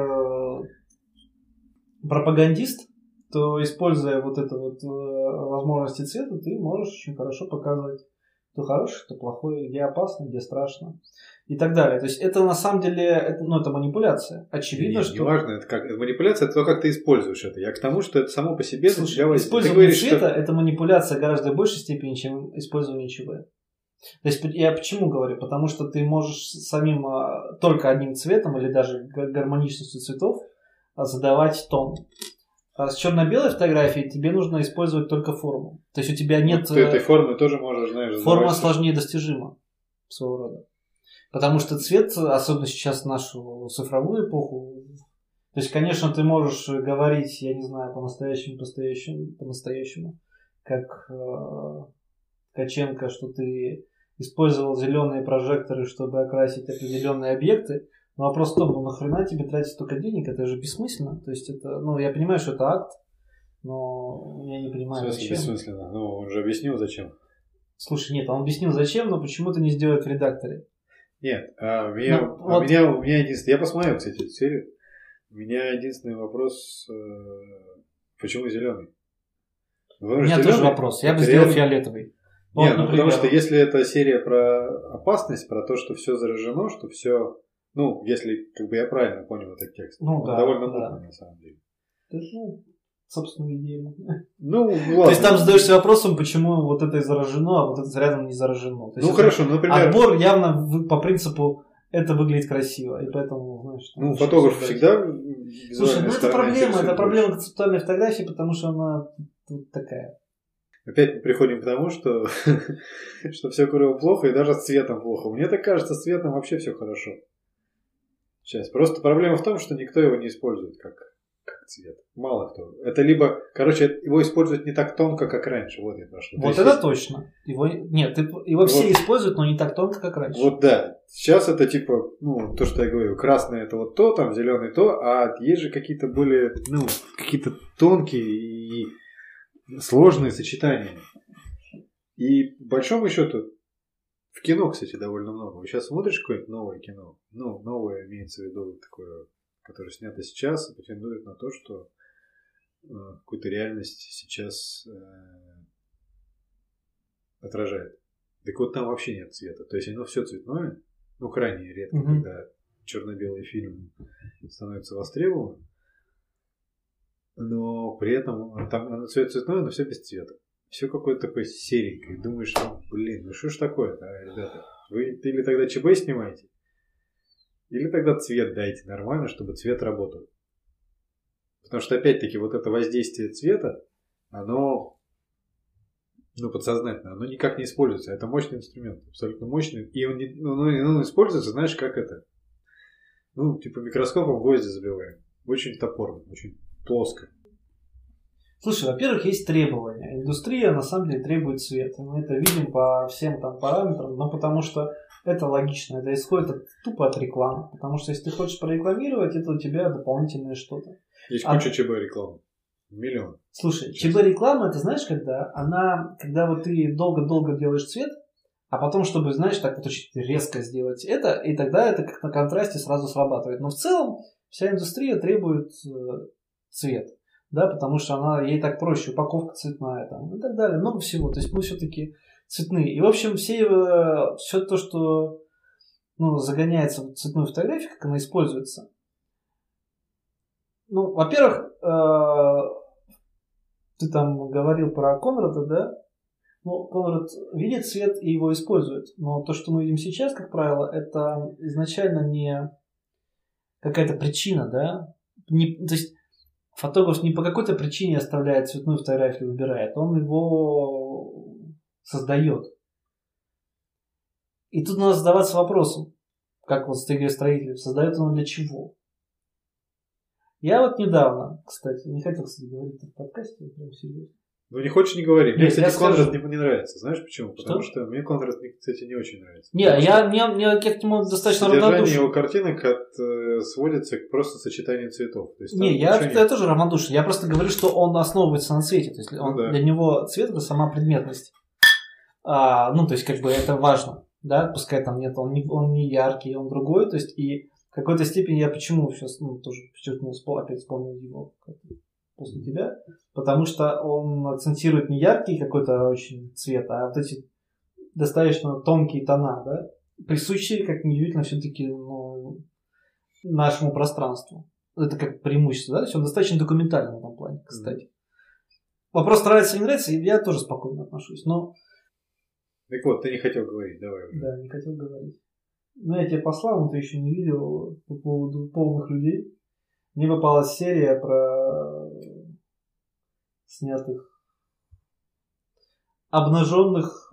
пропагандист, то, используя вот это вот возможности цвета, ты можешь очень хорошо показывать, кто хороший, кто плохой, где опасно, где страшно и так далее. То есть это на самом деле это манипуляция. Очевидно, что... Неважно, это манипуляция, это то, как ты используешь это. Я к тому, что это само по себе... Слушай, использование цвета это манипуляция гораздо большей степени, чем использование ЧБ. То есть я почему говорю? Потому что ты можешь самим только одним цветом или даже гармоничностью цветов задавать тон. А с черно-белой фотографией тебе нужно использовать только форму. То есть у тебя нет... Ты этой формы тоже можешь, знаешь, форма сложнее достижима своего рода. Потому что цвет, особенно сейчас в нашу цифровую эпоху, то есть, конечно, ты можешь говорить, я не знаю, по-настоящему, как Ткаченко, что ты использовал зеленые прожекторы, чтобы окрасить определенные объекты. Но вопрос в том, нахрена тебе тратить столько денег, это же бессмысленно. То есть это, я понимаю, что это акт, но я не понимаю, зачем. Бессмысленно. Он же объяснил, зачем. Слушай, нет, он объяснил, зачем, но почему-то не сделает в редакторе. Нет, у меня единственное... Я посмотрел, кстати, эту серию. У меня единственный вопрос, почему зеленый? У меня тоже вопрос. Я бы сделал фиолетовый. Нет, потому что если это серия про опасность, про то, что все заражено, что все... если я правильно понял этот текст. Довольно мутный, на самом деле. Собственно, идея. Ладно. То есть там задаешься вопросом, почему вот это заражено, а вот это рядом не заражено. То есть хорошо, например... Отбор явно по принципу это выглядит красиво, и поэтому, знаешь... фотограф всегда... Слушай, это проблема концептуальной фотографии, потому что она тут такая. Опять мы приходим к тому, что все кругом плохо, и даже с цветом плохо. Мне так кажется, с цветом вообще все хорошо. Сейчас. Просто проблема в том, что никто его не использует как цвет. Мало кто. Это либо, его используют не так тонко, как раньше. Вот я прошу. Вот это точно. Его все используют, но не так тонко, как раньше. Вот да. Сейчас это типа, то, что я говорю, красное это вот то, там зеленый то, а есть же какие-то более, какие-то тонкие и сложные сочетания. И по большому счету в кино, кстати, довольно много. Вы сейчас смотришь какое-нибудь новое кино? Новое имеется в виду такое, которое снято сейчас и претендует на то, что какую-то реальность сейчас отражает. Так вот там вообще нет цвета. То есть оно все цветное. Крайне редко, когда черно-белый фильм становится востребован. Но при этом там оно цветное, но все без цвета. Все какое-то такое серенькое. Думаешь, что ж такое-то, ребята? Вы или тогда ЧБ снимаете, Или тогда цвет дайте нормально, чтобы цвет работал. Потому что, опять-таки, вот это воздействие цвета, оно, подсознательно, оно никак не используется. Это мощный инструмент, абсолютно мощный. И он используется, знаешь, как это? Типа микроскопом гвозди забиваем. Очень топорно, очень плоско. Слушай, во-первых, есть требования. Индустрия на самом деле требует цвета. Мы это видим по всем там параметрам, но потому что это логично. Это исходит тупо от рекламы. Потому что если ты хочешь прорекламировать, это у тебя дополнительное что-то. Есть куча ЧБ рекламы. Миллион. Слушай, ЧБ реклама, это знаешь, когда вот ты долго-долго делаешь цвет, а потом, чтобы, знаешь, так вот очень резко сделать это, и тогда это как на контрасте сразу срабатывает. Но в целом вся индустрия требует цвет, да, потому что ей так проще, упаковка цветная там, и так далее, много всего. То есть мы все-таки цветные. И, в общем, все то, что загоняется в цветную фотографию, как она используется. Во-первых, ты там говорил про Конрада, да? Конрад видит цвет и его использует. Но то, что мы видим сейчас, как правило, это изначально не какая-то причина, да? То есть фотограф не по какой-то причине оставляет цветную фотографию, выбирает. Он его создает. И тут надо задаваться вопросом, как вот строитель, создает он для чего? Я вот недавно, кстати, не хотел, говорить в подкасте, прям серьезно. Не хочешь, не говори. Мне, кстати, Конрад не нравится. Знаешь почему? Потому что мне Конрад, кстати, не очень нравится. Не, мне к этому достаточно равнодушен. Содержание его картинок сводится к просто сочетанию цветов. То есть, я тоже равнодушен. Я просто говорю, что он основывается на цвете. То есть для него цвет это сама предметность. То есть это важно. Да? Пускай там нет, он не яркий, он другой. То есть и в какой-то степени я почему сейчас тоже подчеркнул, опять вспомнил его после тебя, потому что он акцентирует не яркий какой-то очень цвет, а вот эти достаточно тонкие тона, да, присущие, как неудивительно, все-таки нашему пространству. Это как преимущество, да, то есть он достаточно документальный в этом плане, кстати. Вопрос, нравится или не нравится, я тоже спокойно отношусь, но... Так вот, ты не хотел говорить, давай уже. Да, не хотел говорить. Я тебе послал, но ты еще не видел по поводу полных людей. Мне попалась серия про снятых обнаженных.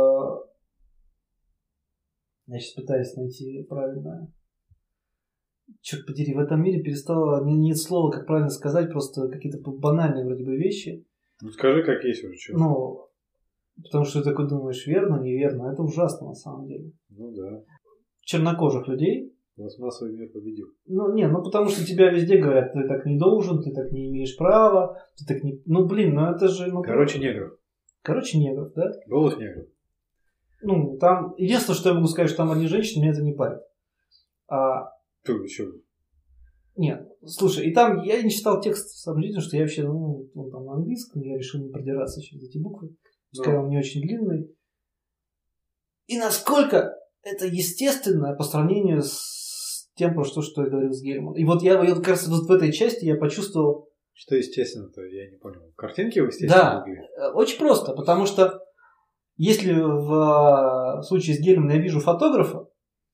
Я сейчас пытаюсь найти правильное. Черт подери, в этом мире перестало, нет слова, как правильно сказать, просто какие-то банальные вроде бы вещи. Скажи, как есть уже. Что? Потому что ты такой думаешь, верно, неверно. Это ужасно на самом деле. Да. Чернокожих людей. Пластмассовый мир победил. Потому что тебя везде говорят, ты так не должен, ты так не имеешь права, ты так не... это же... негров, да? Голос негров. Там... Единственное, что я могу сказать, что там одни женщины, меня это не парит. Ты еще... Нет, слушай, и там я не читал текст, сам видно, что я вообще, он там на английском, я решил не продираться через эти буквы, пускай он не очень длинный. И насколько это естественно по сравнению с тем, про что я говорил с Гельманом. И вот я как раз в этой части я почувствовал... Что естественно-то, я не понял. Картинки естественно выглядят? Да, очень просто, потому что если в случае с Гельманом я вижу фотографа,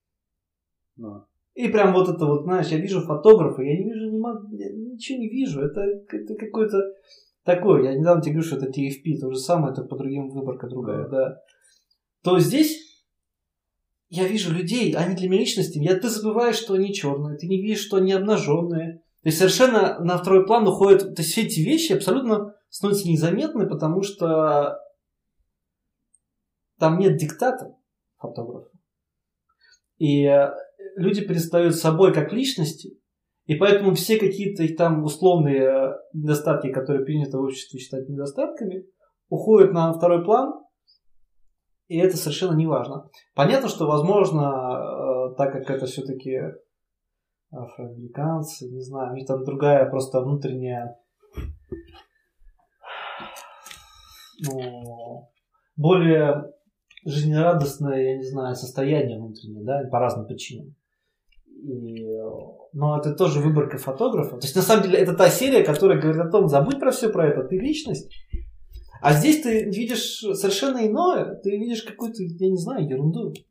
и прям вот это вот, знаешь, я вижу фотографа, я не вижу, ничего не вижу, это какой-то такой, я недавно тебе говорю, что это TFP, то же самое, только по другим выборка другая, да. То здесь я вижу людей, они для меня личности, ты забываешь, что они черные, ты не видишь, что они обнаженные. То есть совершенно на второй план уходят, то есть все эти вещи абсолютно становятся незаметны, потому что там нет диктата фотографа. И люди перестают собой как личности, и поэтому все какие-то их там условные недостатки, которые принято в обществе считать недостатками, уходят на второй план, и это совершенно не важно. Понятно, что, возможно, так как это все-таки афроамериканцы, не знаю, у них там другая просто внутренняя, более жизнерадостное, я не знаю, состояние внутреннее, да, по разным причинам. Но это тоже выборка фотографа. То есть, на самом деле, это та серия, которая говорит о том, забудь про все про это, ты личность. А здесь ты видишь совершенно иное, ты видишь какую-то, я не знаю, ерунду.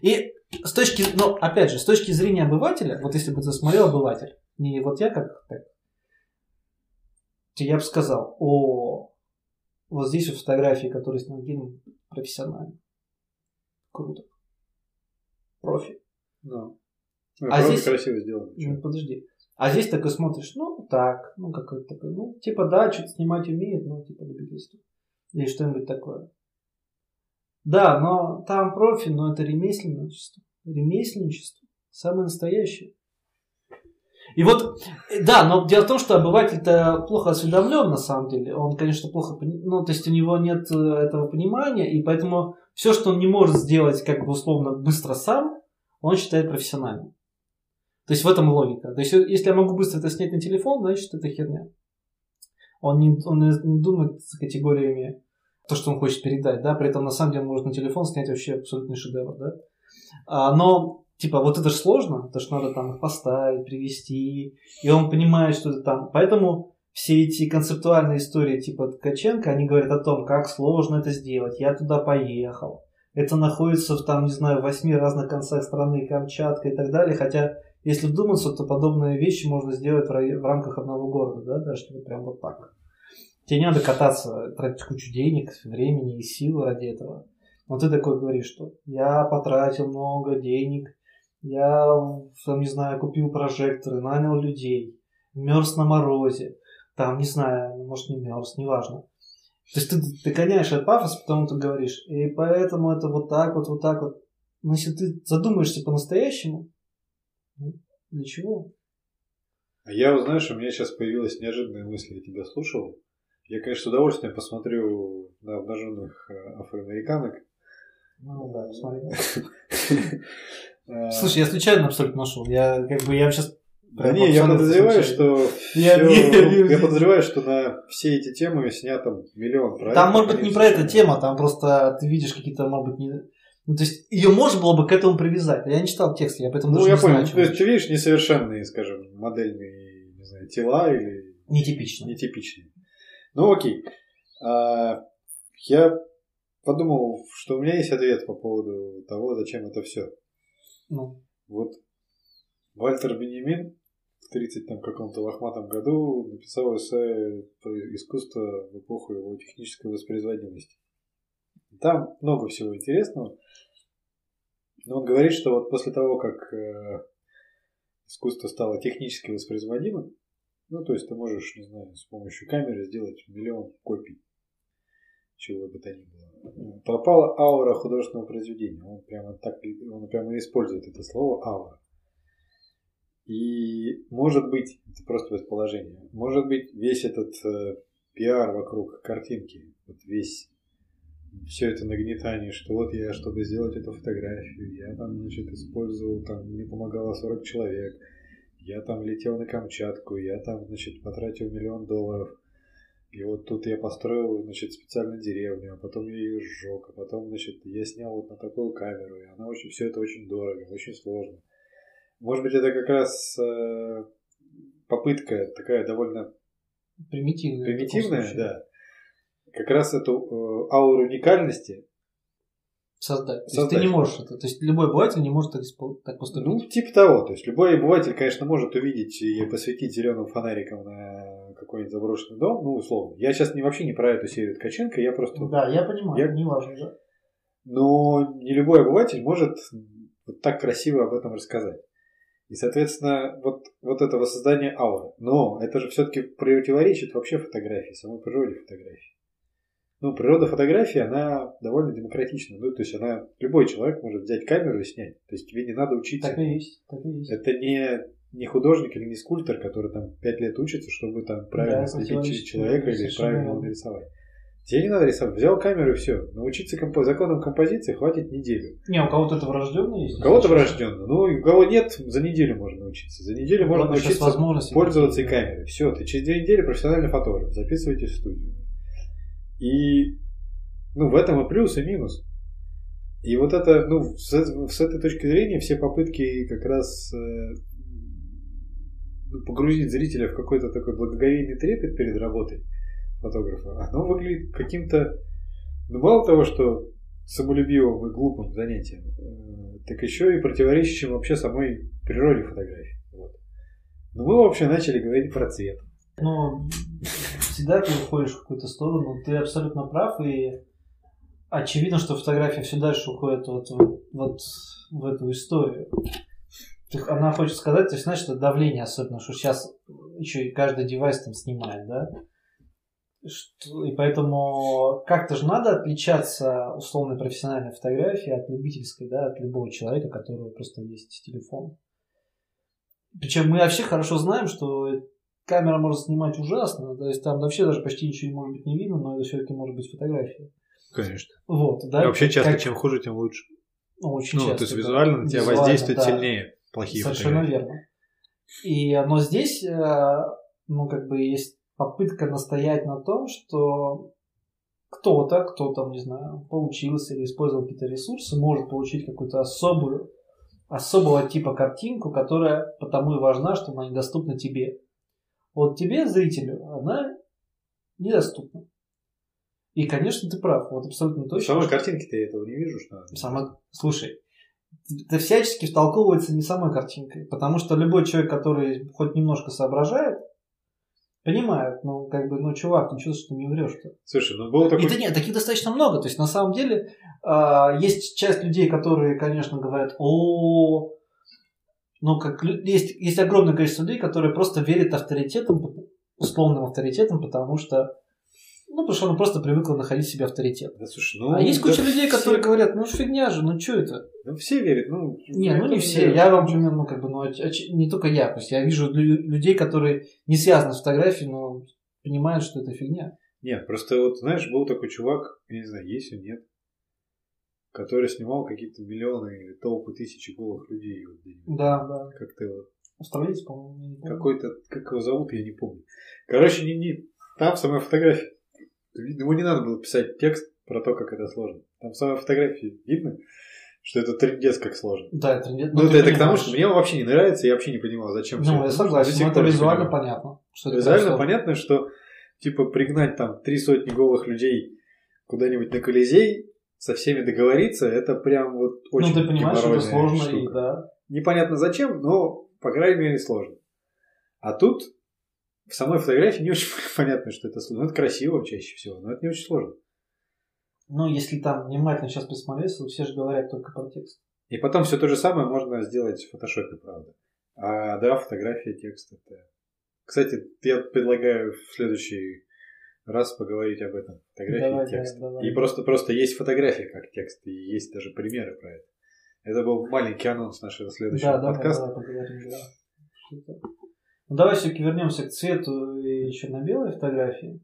И опять же, с точки зрения обывателя, вот если бы ты смотрел обыватель, не вот я как так, я бы сказал, вот здесь вот фотографии, которые снял Герман, профессионально. Круто. Профи. Да. А здесь красиво сделано. Подожди. А здесь такой смотришь, какой-то такой, да, что-то снимать умеет, любительство. Или что-нибудь такое. Да, но там профи, но это ремесленничество. Ремесленничество. Самое настоящее. И вот, да, но дело в том, что обыватель-то плохо осведомлен на самом деле. Он, конечно, плохо, то есть у него нет этого понимания, и поэтому все, что он не может сделать, как бы условно, быстро сам, он считает профессиональным. То есть в этом логика. То есть если я могу быстро это снять на телефон, значит это херня. Он не думает с категориями то, что он хочет передать, да, при этом на самом деле может на телефон снять вообще абсолютный шедевр, да. Но вот это же сложно, то что надо там их поставить, привести, и он понимает, что это там. Поэтому все эти концептуальные истории типа Ткаченко, они говорят о том, как сложно это сделать. Я туда поехал. Это находится в 8 разных концах страны, Камчатка и так далее. Хотя, если вдуматься, то подобные вещи можно сделать в рамках одного города, да, даже прям вот так. Тебе не надо кататься, тратить кучу денег, времени и сил ради этого. Но ты такой говоришь, что я потратил много денег, я, купил прожекторы, нанял людей, мерз на морозе, может не мерз, неважно. То есть ты гоняешь этот пафос, потом ты говоришь, и поэтому это вот так вот. Но если ты задумаешься по-настоящему, для чего? А я, знаешь, у меня сейчас появилась неожиданная мысль, я тебя слушал. Я, конечно, с удовольствием посмотрю на обнаженных афроамериканок. Да, посмотри. Слушай, я случайно абсолютно нашел. Я сейчас... я подозреваю, что на все эти темы снято миллион проектов. Там, может быть, не про эту тему, там просто ты видишь какие-то, может быть, не... то есть, ее можно было бы к этому привязать. Я не читал текст, я поэтому даже не знаю. Я понял. То есть, ты видишь несовершенные, скажем, модельные, не знаю, тела или... Нетипичные. Ну, окей. Я подумал, что у меня есть ответ по поводу того, зачем это все. Вот Вальтер Беньямин в 30 каком-то лохматом году написал эссе про искусство в эпоху его технической воспроизводимости. Там много всего интересного. Но он говорит, что вот после того, как искусство стало технически воспроизводимым, то есть ты можешь, не знаю, с помощью камеры сделать миллион копий чего бы то ни было. Пропала аура художественного произведения. Он прямо использует это слово аура. И может быть, это просто предположение, может быть весь этот пиар вокруг картинки, все это нагнетание, что вот я, чтобы сделать эту фотографию, я использовал, мне помогало 40 человек, я летел на Камчатку, я потратил $1 миллион, и вот тут я построил, специальную деревню, а потом я ее сжег, а потом, я снял вот на такую камеру, и она все это очень дорого, очень сложно. Может быть, это как раз попытка такая довольно примитивная, да. Как раз эту ауру уникальности создать. То есть ты не можешь это. То есть любой обыватель не может так поступить. Типа того. То есть любой обыватель, конечно, может увидеть и посветить зеленым фонариком на какой-нибудь заброшенный дом, условно. Я сейчас вообще не про эту серию Ткаченко, я просто... Да, я понимаю, не важно, да. Но не любой обыватель может вот так красиво об этом рассказать. И, соответственно, вот это воссоздание ауры. Но это же все-таки противоречит вообще фотографии, самой природе фотографии. Природа фотографии, она довольно демократична. То есть любой человек может взять камеру и снять. То есть тебе не надо учиться. Так и есть. Это не художник или не скульптор, который 5 лет учится, чтобы правильно слепить человека или правильно его нарисовать. Тебе не надо рисовать. Взял камеру и все. Научиться законам композиции хватит неделю. У кого-то это врожденно есть. У кого-то врожденно. У кого нет, за неделю можно научиться. За неделю можно научиться пользоваться и камерой. Все, ты через 2 недели профессиональный фотограф. Записывайте в студию. И в этом и плюс, и минус. И вот это, с этой точки зрения, все попытки как раз погрузить зрителя в какой-то такой благоговейный трепет перед работой фотографа, оно выглядит каким-то, мало того, что самолюбивым и глупым занятием, так еще и противоречащим вообще самой природе фотографии. Вот. Но мы вообще начали говорить про цвет. Ну, всегда ты уходишь в какую-то сторону, ты абсолютно прав, и очевидно, что фотография все дальше уходит вот в эту историю. Она хочет сказать, то есть, знаешь, что давление особенно, что сейчас еще и каждый девайс там снимает, да? И поэтому как-то же надо отличаться условной профессиональной фотографией от любительской, да, от любого человека, у которого просто есть телефон. Причем мы вообще хорошо знаем, что камера может снимать ужасно, то есть там вообще даже почти ничего может быть не видно, но это все-таки может быть фотография. Конечно. Вот, да? И вообще часто, чем хуже, тем лучше. Очень часто. То есть визуально на тебя воздействует сильнее плохие совершенно фотографии. Верно. Но здесь, есть попытка настоять на том, что кто там, не знаю, поучился или использовал какие-то ресурсы, может получить какую-то особого типа картинку, которая потому и важна, что она недоступна тебе. Вот тебе, зрителю, она недоступна. И, конечно, ты прав, вот абсолютно точно. В самой картинке-то я этого не вижу, что... Слушай, это всячески втолковывается не самой картинкой, потому что любой человек, который хоть немножко соображает, понимает, чувак, ну что ты не врешь-то? Слушай, был такой... И таких достаточно много, то есть на самом деле есть часть людей, которые, конечно, говорят, есть огромное количество людей, которые просто верят авторитетам, условным авторитетам, потому что она просто привыкла находить себе авторитет. Да, слушай, есть куча людей, которые говорят, фигня же, что это? Все верят, не все. Я вам примерно, не только я. То есть я вижу людей, которые не связаны с фотографией, но понимают, что это фигня. Нет, просто вот, знаешь, был такой чувак, я не знаю, есть он, нет, который снимал какие-то миллионы или толпы тысячи голых людей. Да. Как-то вот. Австралиец, по-моему, не помню. Какой-то, как его зовут, я не помню. Короче, там в самой фотографии. Ему не надо было писать текст про то, как это сложно. Там в самой фотографии видно, что это трындец как сложно. Да, трындец. Это к тому, что мне он вообще не нравится, я вообще не понимал, зачем все это. Я согласен, но это визуально понятно. Визуально понятно, что пригнать там 300 голых людей куда-нибудь на Колизей, со всеми договориться, это прям вот очень ты понимаешь, что это сложно штука. И да. Непонятно зачем, но, по крайней мере, сложно. А тут в самой фотографии не очень понятно, что это сложно. Это красиво чаще всего, но это не очень сложно. Если там внимательно сейчас присмотреться, все же говорят только про текст. И потом все то же самое можно сделать в фотошопе, правда. Фотография, текст. Кстати, я предлагаю в следующий раз поговорить об этом. Фотографии и текст. Давай. И просто есть фотография как текст, и есть даже примеры про это. Это был маленький анонс нашего следующего подкаста. Да, поговорим, да. Давай все-таки вернемся к цвету и черно-белой фотографии.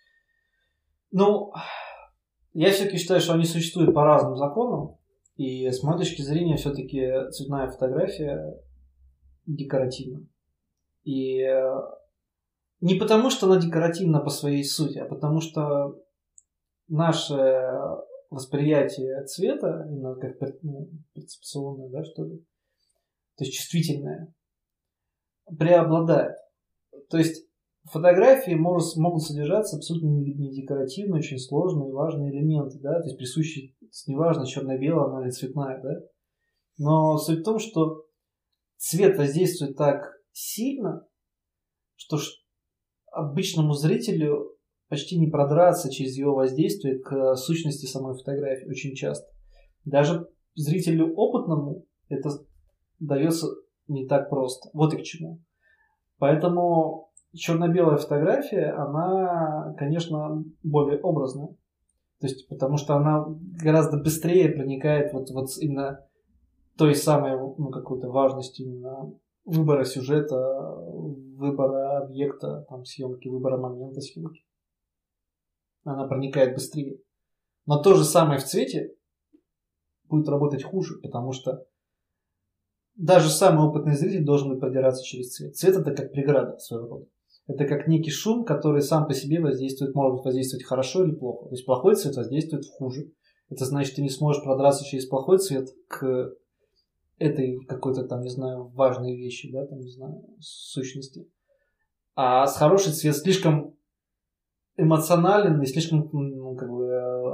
Я все-таки считаю, что они существуют по разным законам. И с моей точки зрения, все-таки цветная фотография декоративна. И не потому, что она декоративна по своей сути, а потому что наше восприятие цвета, именно как перцепционное, да, что ли, то есть чувствительное, преобладает. То есть фотографии могут содержаться абсолютно не декоративные, очень сложные, важные элементы, да, то есть присущие, неважно, черно-белая она или цветная, да. Но суть в том, что цвет воздействует так сильно, что обычному зрителю почти не продраться через его воздействие к сущности самой фотографии очень часто. Даже зрителю опытному это дается не так просто. Вот и к чему. Поэтому черно-белая фотография, она, конечно, более образная. То есть, потому что она гораздо быстрее проникает вот именно той самой какой-то важностью именно выбора сюжета, выбора объекта там, съемки, выбора момента съемки. Она проникает быстрее. Но то же самое в цвете будет работать хуже, потому что даже самый опытный зритель должен будет продираться через цвет. Цвет это как преграда своего рода. Это как некий шум, который сам по себе может воздействовать хорошо или плохо. То есть плохой цвет воздействует хуже. Это значит, ты не сможешь продраться через плохой цвет к этой какой-то там, не знаю, важной вещи, да, там, не знаю, сущности. А хороший цвет слишком эмоционален и слишком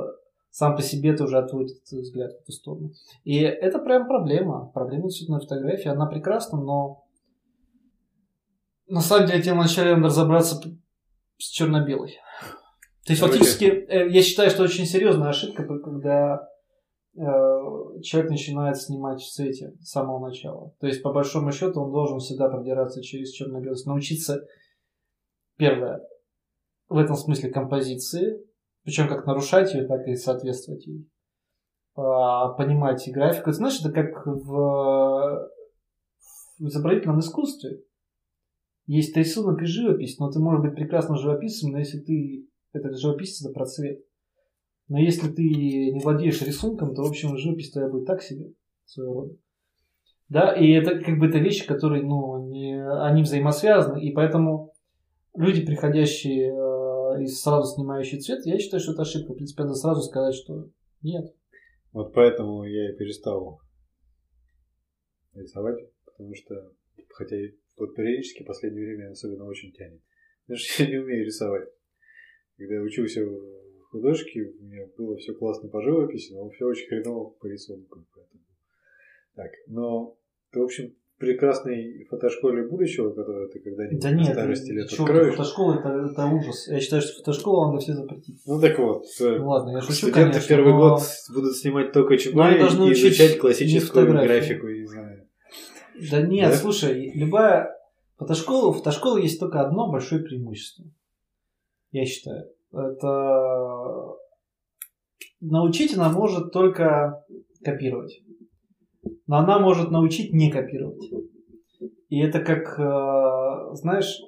сам по себе тоже отводит взгляд в эту сторону. И это прям проблема. Проблема цветной фотографии. Она прекрасна, но на самом деле тебе вначале надо разобраться с черно-белой. То есть фактически я считаю, что очень серьезная ошибка, когда человек начинает снимать в цвете с самого начала. То есть по большому счету он должен всегда продираться через черно-белость. Научиться, первое, в этом смысле композиции, причем как нарушать ее, так и соответствовать ей. Понимать графику. Ты знаешь, это как в изобразительном искусстве. Есть рисунок и живопись, но ты можешь быть прекрасным живописцем, но если ты этот живописец, это про цвет. Но если ты не владеешь рисунком, то, в общем, живопись твоя будет так себе, своего рода. Да, и это как бы это вещи, которые, они взаимосвязаны, и поэтому люди, приходящие и сразу снимающие цвет, я считаю, что это ошибка. В принципе, надо сразу сказать, что нет. Вот поэтому я и перестал рисовать, потому что, хотя вот периодически в последнее время особенно очень тянет. Потому что я не умею рисовать. Когда я учился в художке, у меня было все классно по живописи, но все очень хреново по рисунку. Поэтому. Так, но ты, в общем, прекрасной фотошколе будущего, которую ты когда-нибудь на старости лет откроешь. Фотошкола это ужас. Я считаю, что фотошколу надо все запретить. Ну так вот. Ну ладно, я шучу, студенты конечно, первый год будут снимать только ЧБ и изучать классическую графику. Я не знаю. Да нет, слушай, любая фотошкола есть только одно большое преимущество. Я считаю. Это научить она может только копировать. Но она может научить не копировать. И это как, знаешь,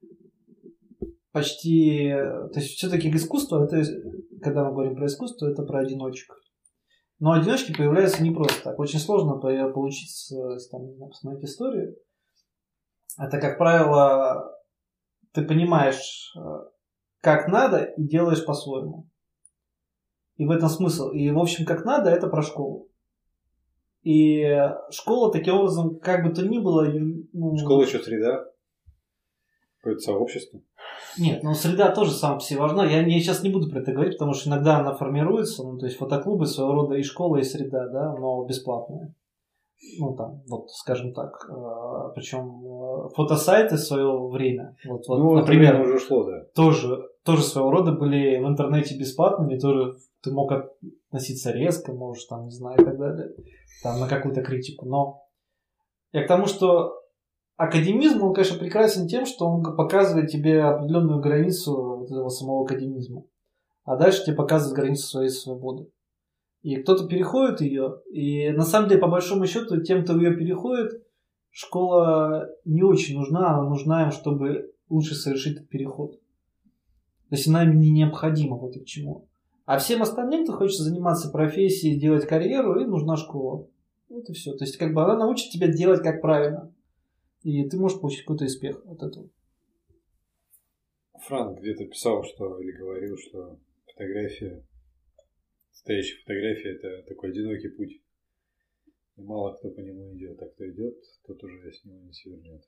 почти... То есть все-таки искусство, это, когда мы говорим про искусство, это про одиночек. Но одиночки появляются не просто так. Очень сложно получить, посмотреть историю. Это, как правило, ты понимаешь, как надо, и делаешь по-своему. И в этом смысл. И, в общем, как надо, это про школу. И школа, таким образом, как бы то ни было... Школа еще среда. Какое-то сообщество. Нет, среда тоже сама по себе важна. Я сейчас не буду про это говорить, потому что иногда она формируется. То есть фотоклубы своего рода и школа, и среда, да, но бесплатная. Скажем так. Причем фотосайты в свое время, например, уже ушло, да. Тоже своего рода были в интернете бесплатными, тоже ты мог относиться резко, можешь там, не знаю, и так далее, там на какую-то критику. Но я к тому, что академизм, он, конечно, прекрасен тем, что он показывает тебе определенную границу этого самого академизма. А дальше тебе показывает границу своей свободы. И кто-то переходит ее, и на самом деле, по большому счету, тем, кто ее переходит, школа не очень нужна, она нужна им, чтобы лучше совершить этот переход. То есть она им не необходима, вот и к чему. А всем остальным, кто хочет заниматься профессией, делать карьеру, им нужна школа. Вот и все. То есть как бы она научит тебя делать как правильно. И ты можешь получить какой-то успех от этого. Франк где-то писал, или говорил, что настоящая фотография – это такой одинокий путь. И мало кто по нему идет, а кто идет, тот уже с него не свернет.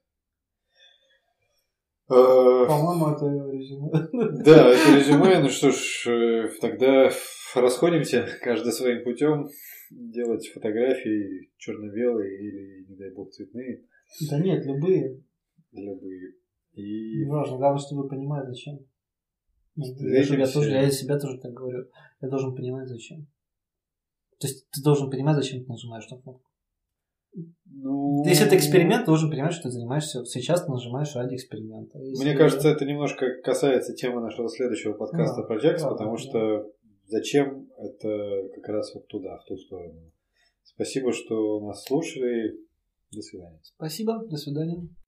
По-моему, это резюме. Да, это резюме. Ну что ж, тогда расходимся, каждый своим путем, делать фотографии черно-белые или, не дай бог, цветные. Да нет, любые. И... Неважно, главное, чтобы понимать, зачем. Я себя тоже так говорю. Я должен понимать, зачем. То есть ты должен понимать, зачем ты нажимаешь на кнопку. Если это эксперимент, ты должен понимать, что ты занимаешься. Сейчас ты нажимаешь ради эксперимента. Мне кажется, это немножко касается темы нашего следующего подкаста про Jax, потому что зачем это как раз вот туда, в ту сторону. Спасибо, что нас слушали. До свидания. Спасибо. До свидания.